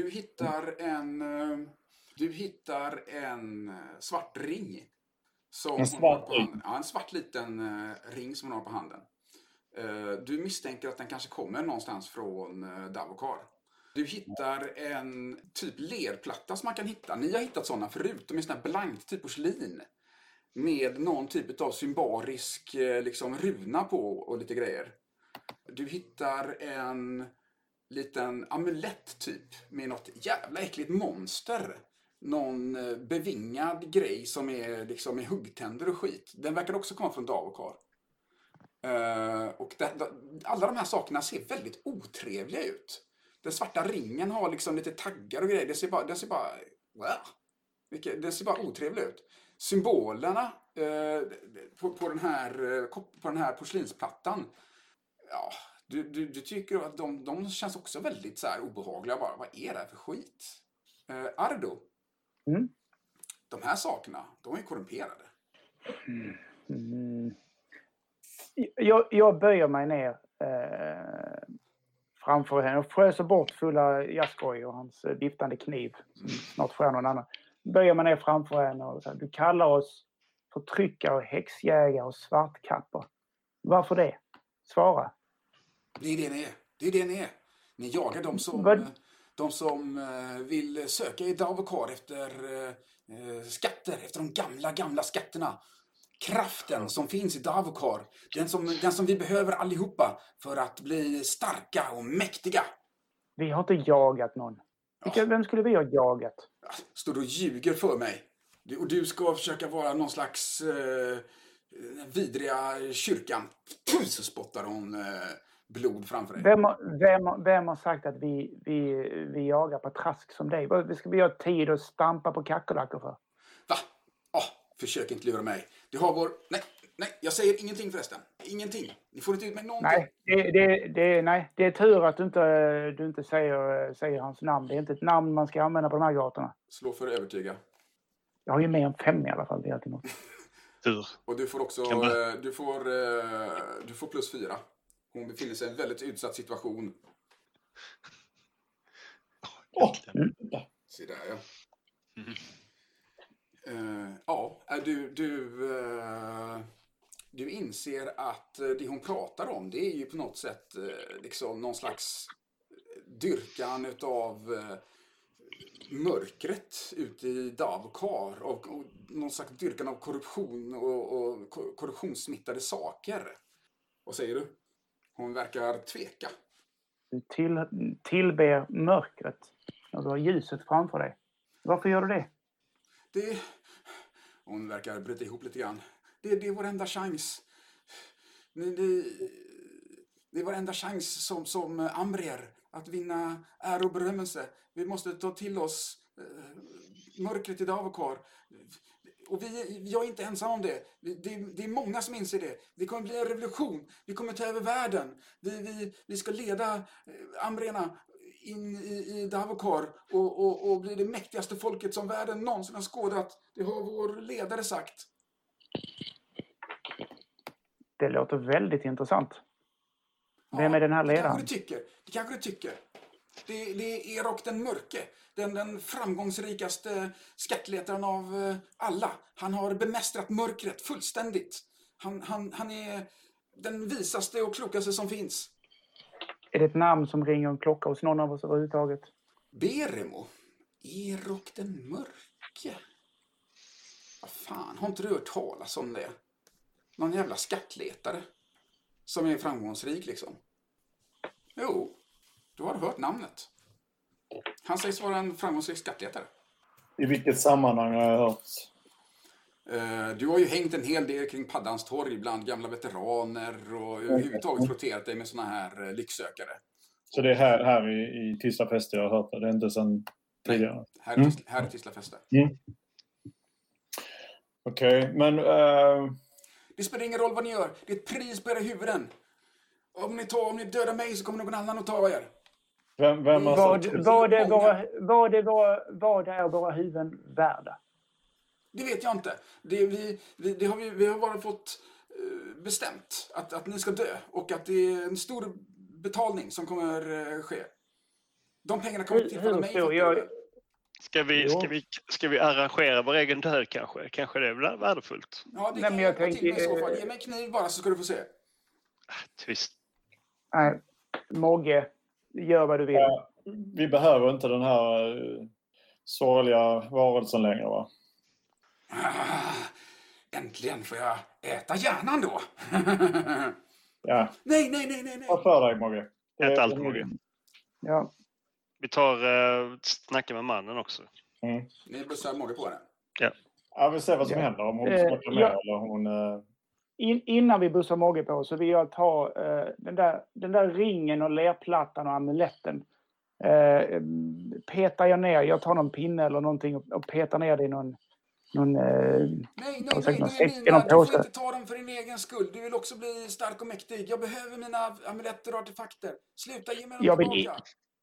E: Du hittar en svart ring. En svart ring? Ja, en svart liten ring som hon har på handen. Du misstänker att den kanske kommer någonstans från Davokar. Du hittar en typ lerplatta som man kan hitta. Ni har hittat sådana förut. De är sådana blankt, typ porslin. med någon typ av symbolisk liksom runa på och lite grejer. Du hittar en liten amulett typ med något jävla äckligt monster. Någon bevingad grej som är liksom med huggtänder och skit. Den verkar också komma från Davokar. Och alla de här sakerna ser väldigt otrevliga ut. Den svarta ringen har liksom lite taggar och grejer. Det ser bara otrevlig ut. Symbolerna på den här porslinsplattan. Ja, du tycker att de känns också väldigt så här obehagliga. Bara, vad är det här för skit? Ardo. De här sakerna, de är korrumperade.
B: Jag böjer mig ner framför henne och fröser bort fulla Jaskoj och hans viftande kniv som snart får någon annan. Böjer mig ner framför henne och säger: du kallar oss förtryckare och häxjägare och svartkappor. Varför det? Svara.
E: Det är det ni är. Ni jagar de som vill söka i Davokar efter skatter, efter de gamla skatterna. Kraften som finns i Davokar, den som vi behöver allihopa för att bli starka och mäktiga.
B: Vi har inte jagat någon. Vem skulle vi ha jagat?
E: Står du och ljuger för mig? Och du ska försöka vara någon slags vidriga kyrkan. Så spottar hon blod framför dig.
B: Vem har sagt att vi jagar på trask som dig? Vad ska vi ha tid att stampa på kackerlackor för?
E: Va? Försök inte lura mig. Du har vår... Nej, jag säger ingenting förresten. Ingenting. Ni får inte ut mig någonting.
B: Nej, det är tur att du inte säger hans namn. Det är inte ett namn man ska använda på de här gatorna.
E: Slå för att övertyga.
B: Jag har ju mer än 5 i alla fall. Det är alltid något.
C: Tur.
E: Och du får också... Du får +4. Hon befinner sig i en väldigt utsatt situation. Se där, ja. Du inser att det hon pratar om, det är ju på något sätt liksom någon slags dyrkan utav mörkret ute i Davokar och någon slags dyrkan av korruption och korruptionssmittade saker. Vad säger du? Hon verkar tveka.
B: Du tillber mörkret när du har ljuset framför dig. Varför gör du det?
E: Hon verkar bryta ihop lite grann. Det är vår enda chans. Det är vår enda chans som Ambrier att vinna ära och berömmelse. Vi måste ta till oss mörkret i Davokar. Och jag är inte ensam om det. Det är många som inser det. Det kommer bli en revolution. Vi kommer ta över världen. Vi ska leda Ambrierna in i Davokar och bli det mäktigaste folket som världen någonsin har skådat. Det har vår ledare sagt.
B: Det låter väldigt intressant. Vem är den här ledaren?
E: Det kanske du tycker. Det är Erok den mörke. Den framgångsrikaste skattletaren av alla. Han har bemästrat mörkret fullständigt. Han är den visaste och klokaste som finns.
B: Är det ett namn som ringer en klocka hos någon av oss överhuvudtaget?
E: Beremo? Erok den mörke? Vad fan, har inte du hört talas om det? Någon jävla skattletare. Som är framgångsrik liksom. Jo, du har hört namnet. Han sägs vara en framgångsrik skattletare.
D: I vilket sammanhang har jag hört?
E: Du har ju hängt en hel del kring Paddans torg bland gamla veteraner och överhuvudtaget frotterat dig med såna här lycksökare.
D: Så det är här i Tisla Fester jag har hört det? Det är inte sedan tidigare?
E: Nej, här är Tisla Fester.
D: Okej, men...
E: Det spelar ingen roll vad ni gör. Det är ett pris på era huvuden. Om ni dödar mig så kommer någon annan att ta er.
D: Vem har
B: vad är våra huvuden värda?
E: Det vet jag inte. Vi har bara fått bestämt att ni ska dö. Och att det är en stor betalning som kommer ske. De pengarna kommer tillfalla mig.
C: Ska vi arrangera vår egen död kanske? Kanske det är värdefullt.
E: Ja, det kan jag till mig i så fall. Ge mig en kniv bara så ska du få se.
C: Twist.
B: Nej, Mogge, gör vad du vill.
D: Vi behöver inte den här sorgliga varelsen längre, va?
E: Äntligen får jag äta hjärnan då.
D: Ja.
E: Nej.
D: Vad för dig, Mogge?
C: Ät allt, Mogge.
B: Ja.
C: Vi tar snacka med mannen också.
E: Ni bussar Mogge på det.
C: Ja.
D: Ja, vi ser vad som händer. Om hon snackar med eller hon...
B: Innan vi bussar Mogge på så vill jag ta den där ringen och lerplattan och amuletten. Petar jag ner, jag tar någon pinne eller någonting och petar ner det i någon
E: Nej, du får inte ta dem för din egen skull. Du vill också bli stark och mäktig. Jag behöver mina amuletter och artefakter. Sluta ge mig dem tillbaka.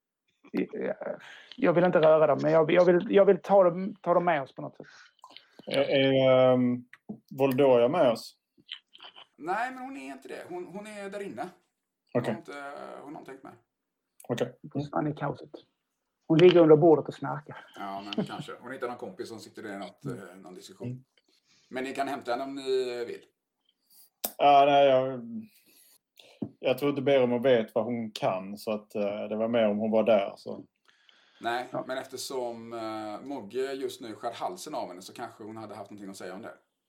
B: Jag vill inte röra dem, men jag vill ta dem med oss på något sätt.
D: Är Voldoja med oss?
E: Nej, men hon är inte det. Hon är där inne.
D: Okej.
E: Hon har inte tänkt med.
D: Okej.
B: Han är kaoset. Hon ligger under bordet och snarkar.
E: Ja, men kanske. Hon hittar någon kompis som sitter i någon diskussion. Men ni kan hämta henne om ni vill.
D: Ja, nej, jag tror inte Berum vet vad hon kan. Så att det var mer om hon var där. Så.
E: Nej, men eftersom Mogge just nu skär halsen av henne så kanske hon hade haft någonting att säga om det.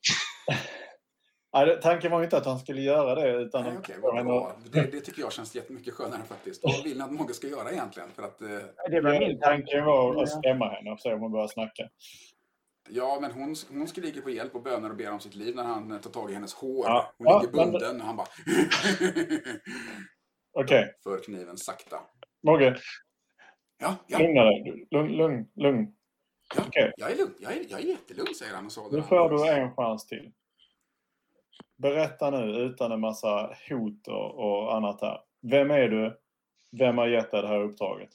D: Ja, tanken var inte att han skulle göra det. Utan
E: nej, okej, vad bra. Det tycker jag känns jättemycket skönare faktiskt. Vad vill ni att Mogge ska göra egentligen? För att,
D: tanken var att stämma henne och se om hon börjar snacka.
E: Ja, men hon skriker på hjälp och bönar och ber om sitt liv när han tar tag i hennes hår. Ja, hon ligger bunden och han bara...
D: Okej.
E: För kniven sakta.
D: Mogge.
E: Ja.
D: Lugna dig. Lugn.
E: Ja, okay. Jag är lugn. Jag är jättelugn, säger han och sa det.
D: Nu får du en chans till. Berätta nu utan en massa hot och annat här. Vem är du? Vem har gett dig det här uppdraget?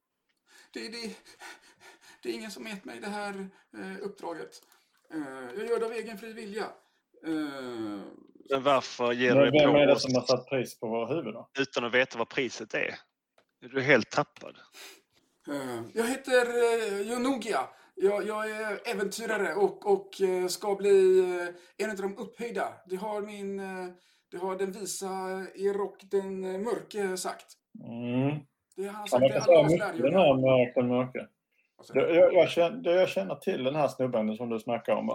E: Det är ingen som gett mig det här uppdraget. Jag gör det av egen fri vilja.
C: Men varför ger du
D: vem är det som har satt pris på våra huvud då?
C: Utan att veta vad priset är. Är du helt tappad?
E: Jag heter Jonugia. Jag är äventyrare och ska bli en av de upphöjda. Det har den visa Erok den mörke sagt. Det har han sagt.
D: Man kan säga mycket den här den mörke. Jag känner till den här snubben som du snackar om.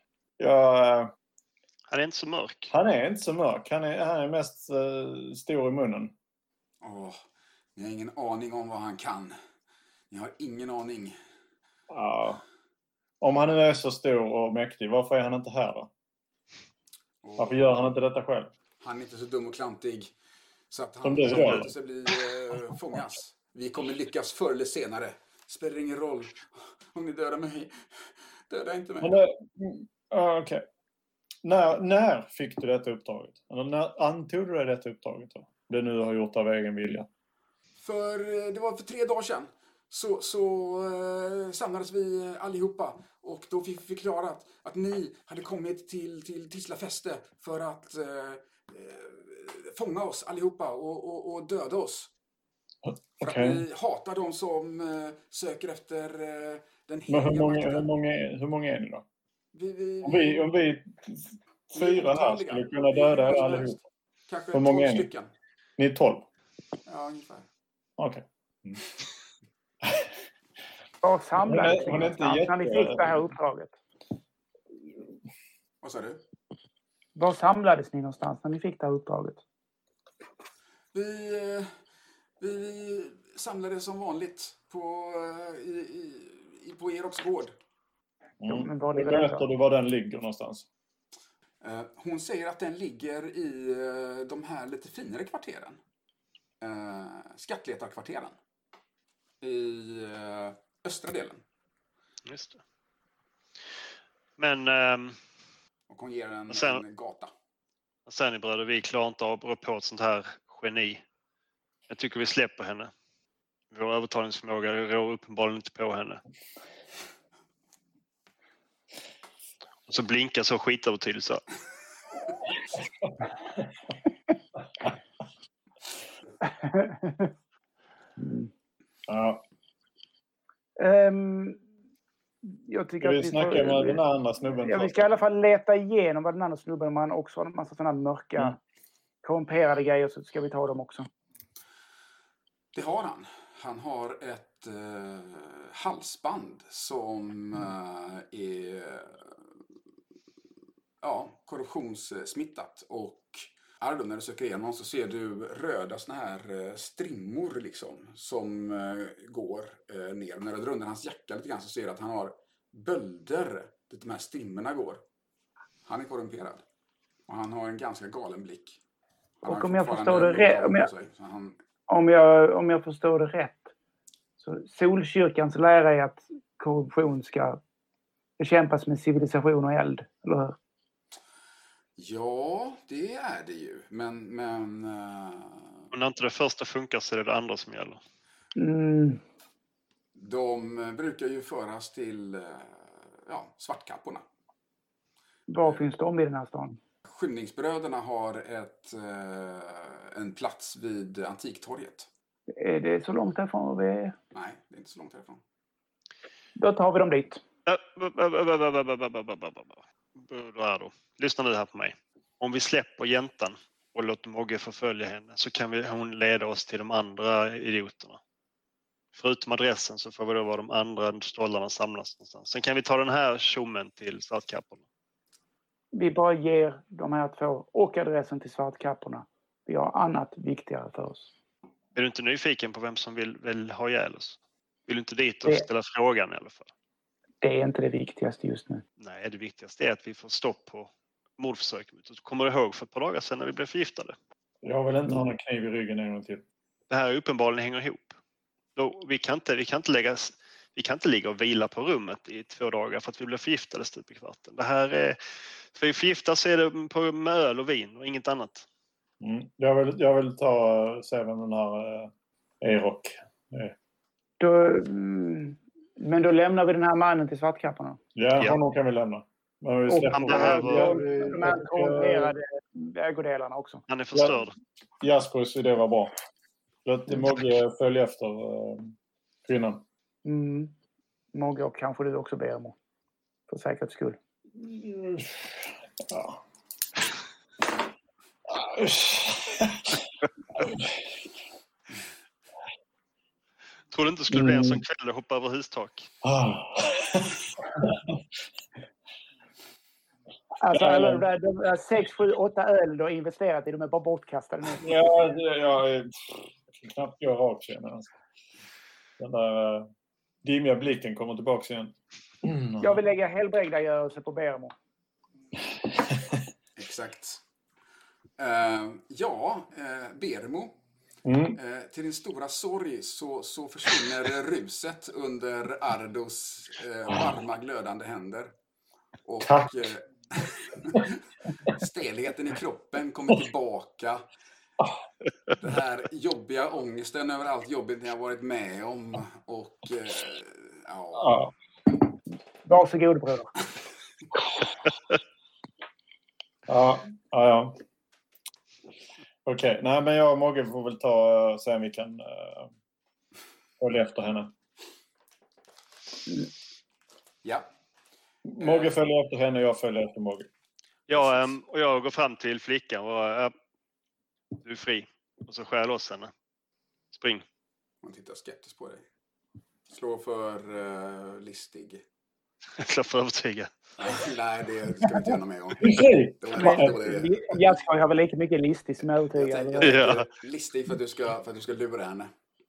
C: Han är inte så mörk.
D: Han är inte så mörk. Han är mest stor i munnen.
E: Ni har ingen aning om vad han kan. Ni har ingen aning.
D: Ja. Om han nu är så stor och mäktig, varför är han inte här då? Varför gör han inte detta själv?
E: Han är inte så dum och klantig så att han
D: inte
E: ska bli fångas. Vi kommer lyckas förr eller senare. Spelar ingen roll om ni dödar mig. Döda inte mig.
D: Okej. När fick du detta uppdraget? Eller när antog du detta uppdraget då? Det nu har gjort av egen vilja.
E: Det var för 3 dagar sedan. Så samlades vi allihopa och då fick vi förklarat att ni hade kommit till Tislafäste för att fånga oss allihopa och döda oss. För att vi hatar de som söker efter den heliga makten.
D: Hur många är ni då? Om vi 4 här skulle kunna döda er allihop.
E: Kanske 12 stycken.
D: Ni är 12?
E: Ja, ungefär.
D: Okej.
B: Och samlades ni när ni fick det här uppdraget?
E: Vad sa du?
B: Var samlades ni någonstans när ni fick det här uppdraget?
E: Vi samlades som vanligt på Eroks gård.
D: Berättar du var den ligger någonstans?
E: Hon säger att den ligger i de här lite finare kvarteren. Skattletarkvarteren. I östra delen.
C: Just det. Men...
E: och hon ger en gata.
C: Sen i bröder, vi klarar inte av att rå på ett sånt här geni. Jag tycker vi släpper henne. Vår övertalningsförmåga rår uppenbarligen inte på henne. Och så blinkar så skitövertydligt så.
D: Ja.
B: Jag tycker att
D: vi snackar med den andra snubben.
B: Ja, vi ska i alla fall leta igenom vad den andra snubben, man också har en massa sådana mörka korrumperade grejer, så ska vi ta dem också.
E: Det har han. Han har ett halsband som är korrosionssmittat. Och Ardo, när du söker igenom så ser du röda såna här strimmor liksom, som går ner. När du drar under hans jacka lite grann så ser du att han har bölder dit de här strimmorna går. Han är korrumperad. Och han har en ganska galen blick.
B: Och om jag förstår det rätt, om jag förstår det rätt, så Solkyrkans lära är att korruption ska bekämpas med civilisation och eld, eller hur?
E: Ja, det är det ju. Men
C: och när inte det första funkar så är det andra som gäller.
E: De brukar ju föras till svartkapporna.
B: Var finns de i den här stan?
E: Skymningsbröderna har en plats vid Antiktorget.
B: Är det så långt härifrån vi är?
E: Nej, det är inte så långt härifrån.
B: Då tar vi dem dit.
C: Lyssna nu här på mig. Om vi släpper jäntan och låter Mogge förfölja henne så kan hon leda oss till de andra idioterna. Förutom adressen så får vi då vara de andra stollarna samlas någonstans. Sen kan vi ta den här tjommen till svartkapporna.
B: Vi bara ger de här två och adressen till svartkapporna. Vi har annat viktigare för oss.
C: Är du inte nyfiken på vem som vill ha ihjäl oss? Vill du inte dit och ställa frågan i alla fall?
B: Det är inte det viktigaste just nu.
C: Nej, det viktigaste är att vi får stopp på mordförsöket. Så kommer du ihåg för ett par dagar sedan när vi blev förgiftade?
D: Jag vill inte ha en kniv i ryggen en gång till.
C: Det här uppenbarligen hänger ihop. Vi kan inte ligga och vila på rummet i 2 dagar för att vi blev förgiftade stup i kvarten. Det här är... För vi förgiftar så är det med öl och vin och inget annat.
D: Jag vill se vem den här Erock är.
B: Men då lämnar vi den här mannen till svartkapporna.
D: Ja, honom kan vi lämna. Men vi släpper
B: de här korrumperade ägodelarna också.
C: Han är förstörd.
D: Jaspers idé var bra. Låt Mogge följa efter kvinnan.
B: Mogge och kanske du också, Bermo. För säkerhets skull.
D: Ja.
C: Tror du inte skulle bli en sån kväll och hoppa över hustak?
B: Alltså alla de där 6, 7, 8 öl du har investerat i, de är bara bortkastade nu.
D: Ja, jag kan knappt gå rakt igen. Alltså. Den där dimmiga blicken kommer tillbaka igen.
B: Jag vill lägga helbrägdagörelse på Bermo.
E: Exakt. Bermo. Till din stora sorg så försvinner ruset under Ardos varma glödande händer. Och stelheten i kroppen kommer tillbaka. Den här jobbiga ångesten över allt jobbigt ni har varit med om. Och
B: Varsågod, bröder.
D: Ja. Okej, nej men jag och Mogge får väl se om vi kan hålla efter henne.
E: Ja.
D: Mogge följer efter henne och jag följer efter Mogge.
C: Ja, och jag går fram till flickan och du är fri. Och så skär jag loss henne. Spring.
E: Man tittar skeptiskt på dig. Slå för listig.
C: Slå för övertyga.
E: Nej, det ska vi inte göra någon med om.
B: Jaskar har väl lika mycket listig som övertygad.
E: Listig för att du ska lura henne.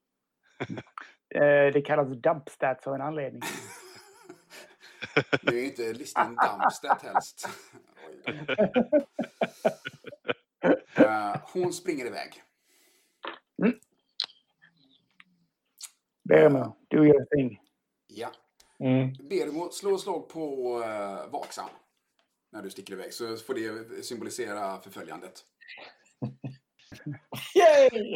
B: Det kallas dumpstat för en anledning.
E: Det är ju inte listig en dumpstat helst. Hon springer iväg.
B: Bermo, do your thing.
E: Ja. Bermo, slå slag på vaksam när du sticker iväg, så får det symbolisera förföljandet.
D: Yay!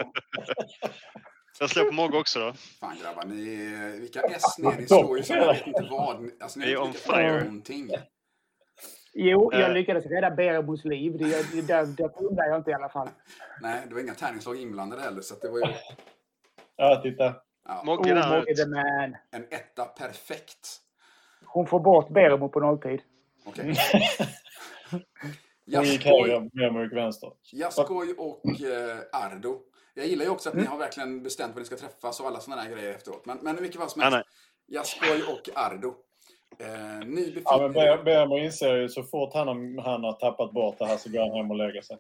C: Jag slår på Mogge också då.
E: Fan grabbar, vilka S ni slår ju så jag vet inte vad. Alltså ni
C: är on fire.
E: Någonting.
B: Jo, jag lyckades rädda Bermos liv. Det undrar jag inte i alla fall.
E: Nej, det var inga tärningsslag inblandade heller, så att det var ju...
D: Ja, titta.
E: Ja.
B: Mogge the man.
E: En etta perfekt.
B: Hon får bort Bermo på nolltid.
E: Okej.
D: Hon gick höger, Bermo gick vänster.
E: Jaskoj och Ardo. Jag gillar ju också att ni har verkligen bestämt var ni ska träffas och alla sådana här grejer efteråt. Men i vilket fall som helst. Jaskoj och Ardo. Ni befinner...
D: men Bermo inser ju så fort han har tappat bort det här så går han hem och lägger sig.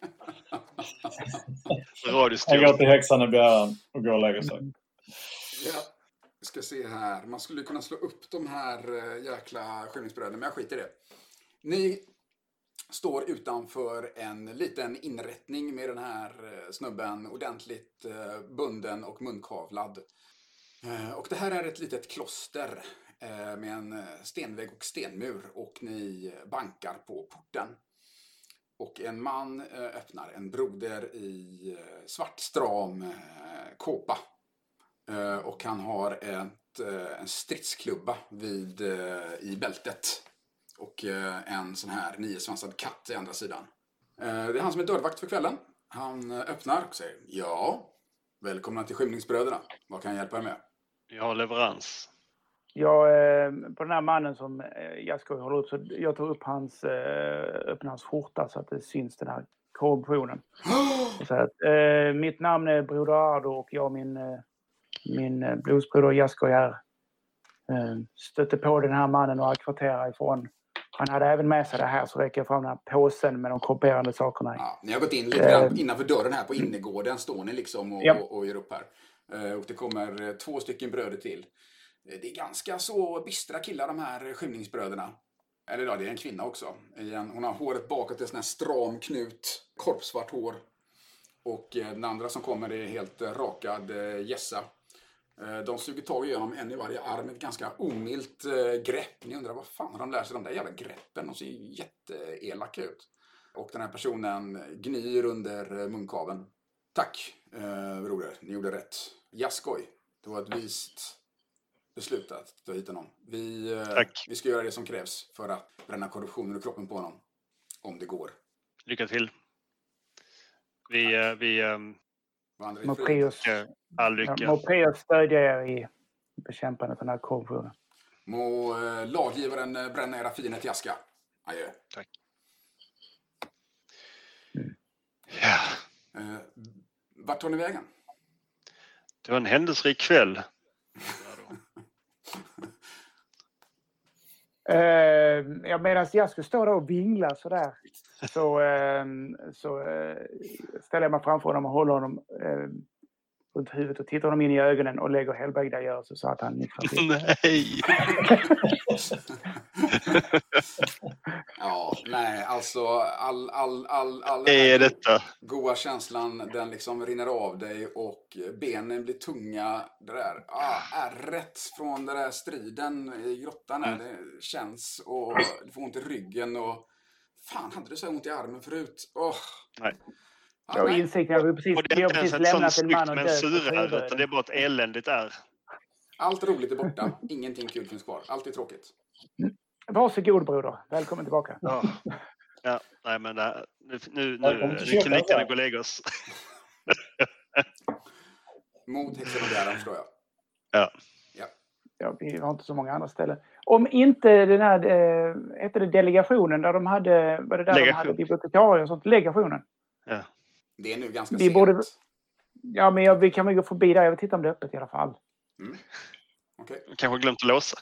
D: Han går till häxan i bjäran och går och lägger sig.
E: Ja, vi ska se här. Man skulle kunna slå upp de här jäkla skymningsbröden, men jag skiter i det. Ni står utanför en liten inrättning med den här snubben ordentligt bunden och munkavlad. Och det här är ett litet kloster med en stenvägg och stenmur, och ni bankar på porten. Och en man öppnar, en broder i svart stram kåpa. Och han har en stridsklubba i bältet. Och en sån här 9-svansad katt i andra sidan. Det är han som är dörrvakt för kvällen. Han öppnar och säger: ja, välkomna till Skymningsbröderna. Vad kan jag hjälpa er med?
C: Jag har leverans.
B: På den här mannen som Jaskoj håller upp, så jag tar upp öppnar hans skjorta så att det syns den här korruptionen. Så att, mitt namn är Broder Ardo och jag och min blodsbroder Jaskoj här stötte på den här mannen och kvarterade ifrån. Han hade även med sig det här, så räcker jag fram den här påsen med de korrumperande sakerna i.
E: Ja, ni har gått in lite grann innanför dörren här på innergården, står ni liksom och gör upp här. Och det kommer 2 stycken bröder till. Det är ganska så bistra killar, de här skymningsbröderna. Eller ja, det är en kvinna också. Hon har håret bakåt, en sån här stram knut, korpsvart hår. Och den andra som kommer är helt rakad gässa. De suger tag igenom en i varje arm, ett ganska omilt grepp. Ni undrar, vad fan har de lärt sig de där jävla greppen? De ser jätteelaka ut. Och den här personen gnyr under munkaven. Tack, broder, ni gjorde rätt. Jaskoj, det var ett vist beslut att ta hit honom. Vi ska göra det som krävs för att bränna korruptionen ur kroppen på honom. Om det går.
C: Lycka till.
B: Mopreus stödjer er i bekämpandet av den här korruptionen.
E: Må laggivaren bränna era fiender till aska. Adjö.
C: Tack. Ja.
E: Vart tar ni vägen?
C: Det var en händelserik kväll.
B: Medan jag skulle stå där och vingla sådär, så ställer jag mig framför honom och håller honom runt huvudet och tittar honom in i ögonen och lägger helbrägdagörelse så att han nickar till.
C: Nej!
E: Ja, nej, alltså all goda känslan, den liksom rinner av dig och benen blir tunga. Det där ärret från den där striden i grottan det känns, och du får ont i ryggen och fan, hade du så ont i armen förut?
C: Nej.
B: Ja, insikten har precis lämnat en man och död.
C: Det är bara ett eländigt är.
E: Allt roligt är borta. Ingenting kul finns kvar. Allt är tråkigt.
B: Varsågod, broder. Välkommen tillbaka.
C: Ja, nej men nu kan lika gå och lägga oss.
E: Mot häxan och bjäran, förstår jag.
B: Ja, vi har inte så många andra ställen. Om inte den här heter det delegationen där de hade, var det där de hade bibliotekarier och sånt, legationen.
C: Ja.
E: Det är nu ganska sent.
B: Ja, men vi kan väl gå förbi där. Jag vill titta om det är öppet i alla fall.
E: Okay.
C: Kanske glömt att låsa.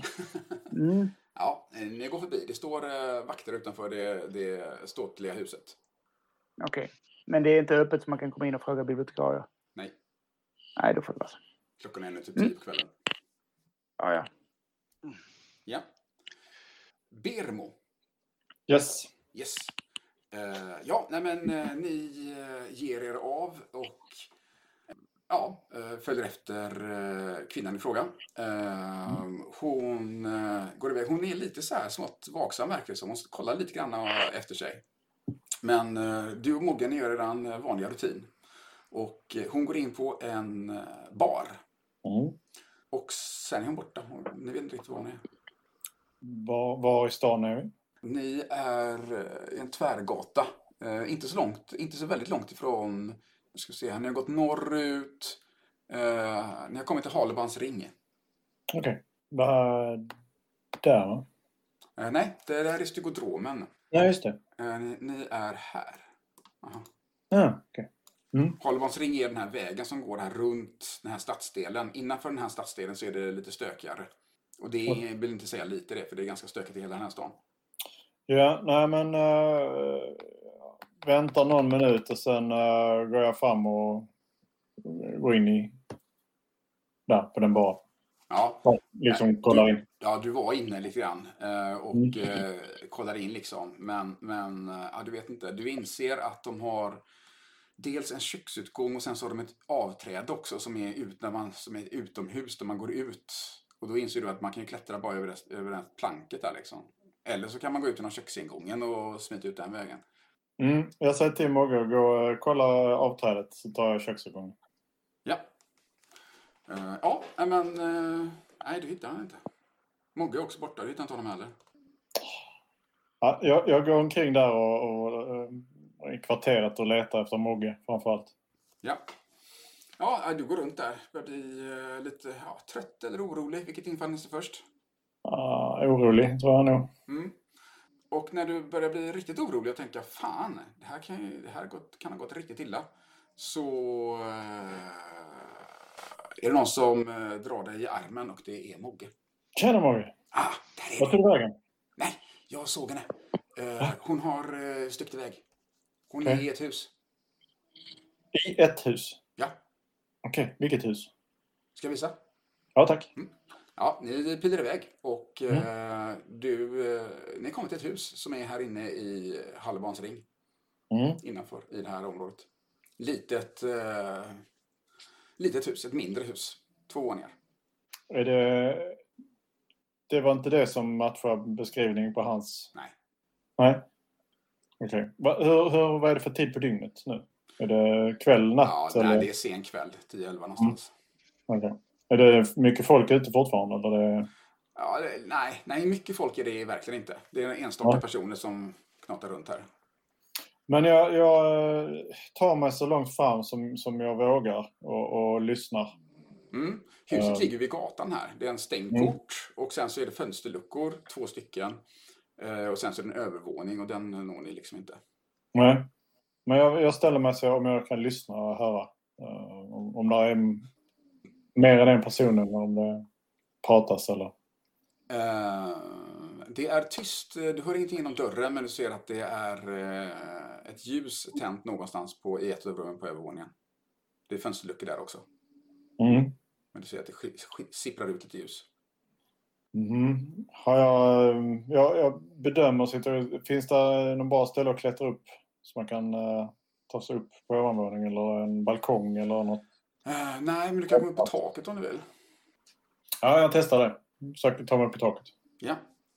E: Ja, ni går förbi. Det står vakter utanför det ståtliga huset.
B: Okej. Men det är inte öppet så man kan komma in och fråga bibliotekarier?
E: Nej.
B: Nej, då får det vara så.
E: Klockan är nu typ 10 på kvällen.
B: Ja.
E: Ja. Bermo.
D: Yes.
E: Ni ger er av och följer efter kvinnan i fråga. Hon går iväg. Hon är lite så här smått vaksam verkligen, så hon måste kolla lite grann efter sig. Men du och Moggen gör eran vanliga rutin. Och hon går in på en bar. Och sen är hon borta. Ni vet inte riktigt var hon är.
D: Var i stan är vi?
E: Ni är i en tvärgata. Inte så väldigt långt ifrån. Jag ska se, ni har gått norrut. Ni har kommit till Halebans ring.
D: Okej. Vad där va?
E: Nej, det är Stygodromen.
D: Ja, just det.
E: Ni är här. Aha.
D: Ja, okej.
E: Halebans ring är den här vägen som går här runt den här stadsdelen. Innanför den här stadsdelen så är det lite stökigare. Och det vill inte säga lite det, för det är ganska stökigt i hela den här stan.
D: Ja, nej men väntar någon minut och sen går jag fram och går in i där på den bara.
E: Ja.
D: Liksom kollar in.
E: Ja, du var inne lite grann och kollar in liksom. Men du vet inte. Du inser att de har dels en köksutgång och sen så har de ett avträde också som är utomhus där man går ut. Och då inser du att man kan ju klättra bara över det planket där liksom. Eller så kan man gå ut genom köksingången och smita ut den vägen.
D: Jag säger till Mogge att gå och kolla avträdet, så tar jag köksutgången.
E: Ja. Nej, du hittar han inte. Mogge är också borta, du hittar inte honom heller.
D: Ja, jag går omkring där och i kvarteret och letar efter Mogge framförallt.
E: Ja. Ja, du går runt där. Börjar bli lite trött eller orolig. Vilket infann sig först?
D: Orolig tror jag nog.
E: Och när du börjar bli riktigt orolig och tänka, fan, det här kan ha gått riktigt illa. Så är det någon som drar dig i armen och det är Mogge.
D: Tjena Mogge.
E: Där är
D: Vad tog du vägen?
E: Nej, jag såg henne. Hon har stuckit iväg. Hon är i ett hus.
D: I ett hus?
E: Ja.
D: Okej, vilket hus?
E: Ska jag visa?
D: Ja, tack.
E: Ja, ni pilar iväg och ni kommer till ett hus som är här inne i Halvans ring. Innanför i det här området. Litet hus, ett mindre hus. 2 våningar.
D: Det var inte det som matchar beskrivningen på hans...
E: Nej.
D: Okej. Vad är det för tid på dygnet nu? Är det kväll, natt?
E: Ja,
D: eller?
E: Det är sen kväll. 10-11 någonstans.
D: Okej. Är det mycket folk ute fortfarande? Eller
E: Nej, mycket folk är det verkligen inte. Det är enstaka personer som knatar runt här.
D: Men jag tar mig så långt fram som jag vågar och lyssnar.
E: Huset ligger vid gatan här. Det är en stängd port och sen så är det fönsterluckor, 2 stycken. Och sen så är det en övervåning och den når ni liksom inte.
D: Nej, men jag ställer mig så om jag kan lyssna och höra. Om det är mer än en person eller om det pratas eller...
E: Det är tyst. Du hör ingenting genom dörren, men du ser att det är ett ljus tänt någonstans i ett av rummen på övervåningen. Det är fönsterluckor där också. Men du ser att det sipprar ut ett ljus.
D: Har jag bedömer, finns det någon bra ställe att klättra upp så man kan ta sig upp på övervåningen eller en balkong eller något?
E: Nej, men du kan gå upp på taket om du vill.
D: Ja, jag testar det. Försöker ta mig upp på taket.
E: Ja.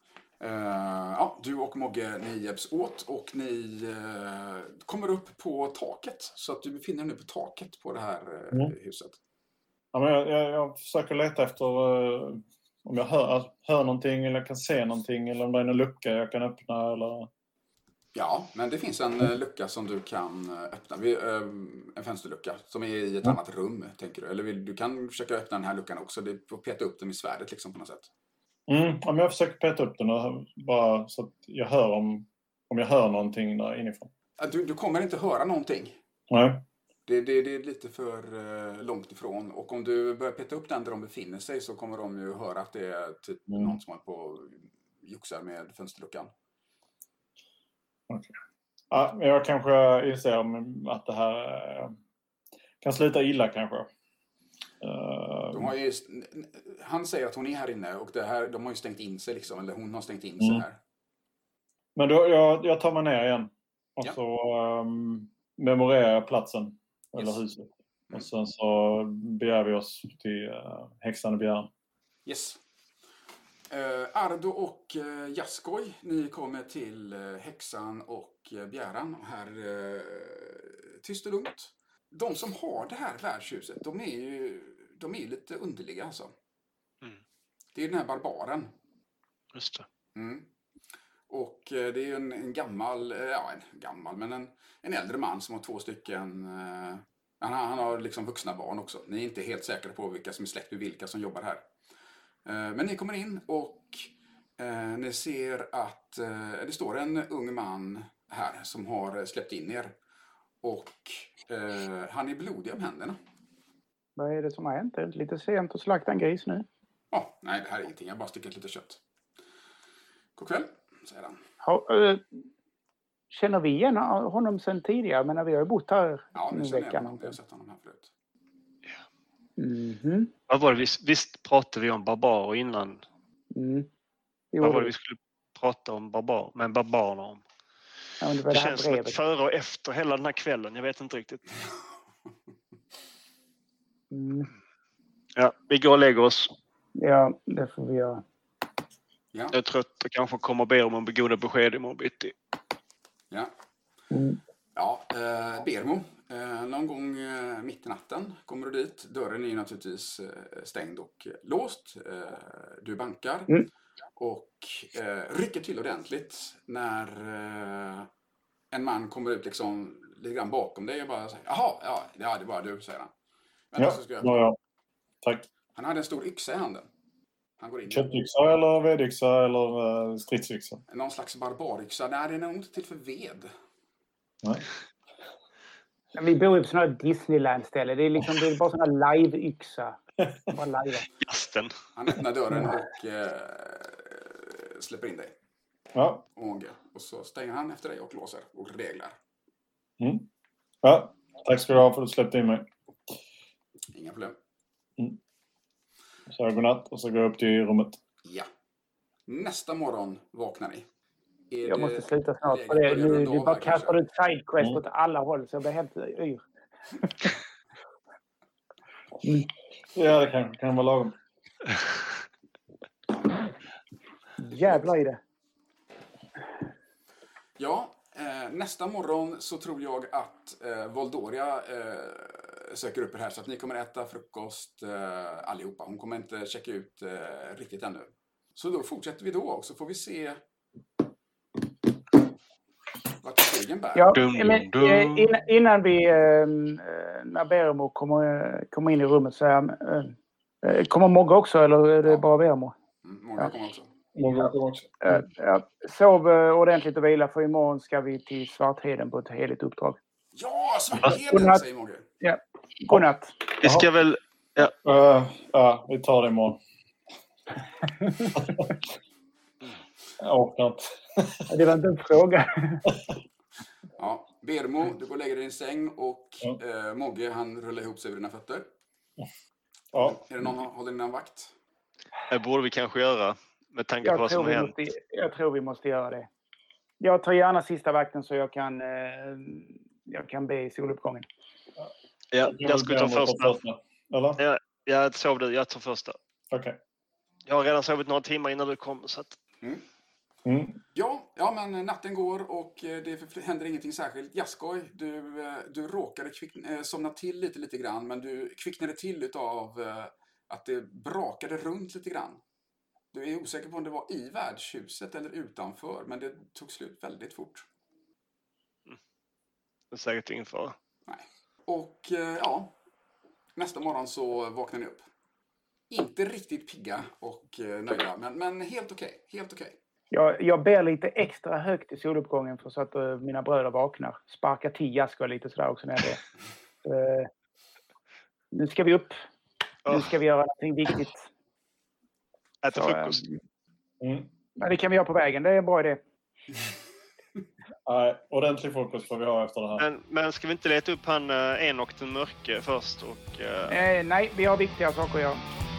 E: Du och Mogge, ni hjälps åt och ni kommer upp på taket. Så att du befinner dig nu på taket på det här huset.
D: Ja, men jag försöker leta efter om jag hör någonting eller kan se någonting eller om det är en lucka jag kan öppna eller...
E: Ja, men det finns en lucka som du kan öppna. En fönsterlucka som är i ett annat rum, tänker du. Eller du kan försöka öppna den här luckan också. Det får peta upp den i svärdet liksom på något sätt.
D: Ja, men jag försöker peta upp den och bara så att jag hör om jag hör någonting där inifrån.
E: Du kommer inte höra någonting.
D: Nej.
E: Det är lite för långt ifrån. Och om du börjar peta upp den där de befinner sig så kommer de ju höra att det är typ någon som håller på och joxar med fönsterluckan.
D: Okej. Ja, men jag kanske inser att det här kan sluta illa kanske.
E: Han säger att hon är här inne och de har ju stängt in sig liksom. Eller hon har stängt in sig här.
D: Men då, jag tar mig ner igen. Och så memorerar jag platsen. Eller huset. Och sen så begär vi oss till häxan och bjäran.
E: Yes. Ardo och Jaskoj, ni kommer till häxan och bjäran. Och här tyst och lugnt. De som har det här värdshuset, de är ju lite underliga alltså. Det är den här barbaren.
C: Just det.
E: Och det är ju en gammal, men en äldre man som har 2 stycken... Han har liksom vuxna barn också. Ni är inte helt säkra på vilka som är släkt med vilka som jobbar här. Men ni kommer in och ni ser att det står en ung man här som har släppt in er. Och han är blodig om händerna.
B: Vad är det som har hänt? Är det lite sent att slakta en gris nu?
E: Ja, nej, det här är ingenting. Jag bara styckat lite kött. God kväll, säger han.
B: Känner vi igen honom sen tidigare? Men vi har ju bott här
E: en vecka. Jag har sett honom här förut.
B: Mm-hmm.
C: Vad var det visst pratade vi om barbarer innan? Vad var det vi skulle prata om barbarerna om?
B: Ja,
C: det känns som ett före och efter hela den här kvällen. Jag vet inte riktigt. Ja, vi går och lägger oss.
B: Ja, det får vi göra.
E: Ja.
C: Jag är trött och kanske kommer och ber om goda besked imorgon bitti.
E: Ja. Ja, Bermo. Någon gång mitt i natten kommer du dit. Dörren är ju naturligtvis stängd och låst. Du bankar och rycker till ordentligt när en man kommer ut liksom lite grann bakom dig och bara säger jaha, det är bara du, säger han.
D: Ja, tack.
E: Han hade en stor yxa i handen. Han går in.
D: Köttyxa eller vedyxa eller stridsyxa?
E: Någon slags barbaryxa. Nej, det är nog inte till för ved.
D: Nej.
B: Vi bor ju på sådana här Disneyland-ställe. Det är bara sådana live-yxa. Bara live.
C: Gasten.
E: Han öppnar dörren och släpper in dig.
D: Ja.
E: Och så stänger han efter dig och låser och reglar.
D: Ja, tack ska du ha för att du släppte in mig.
E: Inga problem.
D: Så jag går natt och så går jag upp till rummet.
E: Ja. Nästa morgon vaknar ni.
B: Jag måste sluta snart för det. Nu bara kastar ut sidequest åt alla håll så jag blir helt yr.
D: Ja, det kan vara lagom.
B: Jävlar i det.
E: Ja, nästa morgon så tror jag att Voldoria söker upp er här så att ni kommer äta frukost allihopa. Hon kommer inte checka ut riktigt ännu. Så då fortsätter vi då och så får vi se vart stegen bär.
B: Ja, men, innan vi när Bermo kommer in i rummet så kommer Mogge också eller är det bara Bermo?
E: Mogge kommer också.
B: Sov ordentligt och vila för imorgon ska vi till Svartheden på ett heligt uppdrag.
E: Ja, Svartheden säger Mogge.
B: Ja, godnatt.
C: Vi ska väl...
D: Ja, vi tar det imorgon. Ja,
B: det var inte en fråga.
E: Ja, Bermo, du går och lägger dig i din säng och Mogge, han rullar ihop sig över dina fötter.
D: Ja.
E: Är det någon håller din vakt?
C: Det borde vi kanske göra med tanke på vad som har hänt.
B: Jag tror vi måste göra det. Jag tar gärna sista vakten så jag kan be i soluppgången.
C: Ja, jag skulle ta första.
D: Eller?
C: Jag sov du, jag tar första.
D: Okej.
C: Jag har redan sovit några timmar innan du kom så att...
E: Ja, men natten går och det händer ingenting särskilt. Jaskoj, du råkade somna till lite grann, men du kvicknade till utav att det brakade runt lite grann. Du är osäker på om det var i värdshuset eller utanför, men det tog slut väldigt fort.
C: Det är säkert ingen fara.
E: Nej. Och nästa morgon så vaknar ni upp. Inte riktigt pigga och nöjda, men helt okej. Helt okej.
B: Jag ber lite extra högt i soluppgången för så att mina bröder vaknar. Sparka till Jaskoj lite sådär också när det nu ska vi upp. Nu ska vi göra någonting viktigt.
C: Äta frukost.
B: Men det kan vi göra på vägen. Det är en bra idé.
D: Nej, ordentlig frukost får vi ha efter det här.
C: Men ska vi inte leta upp han Enok den mörke först? Och,
B: nej, vi har viktiga saker att göra.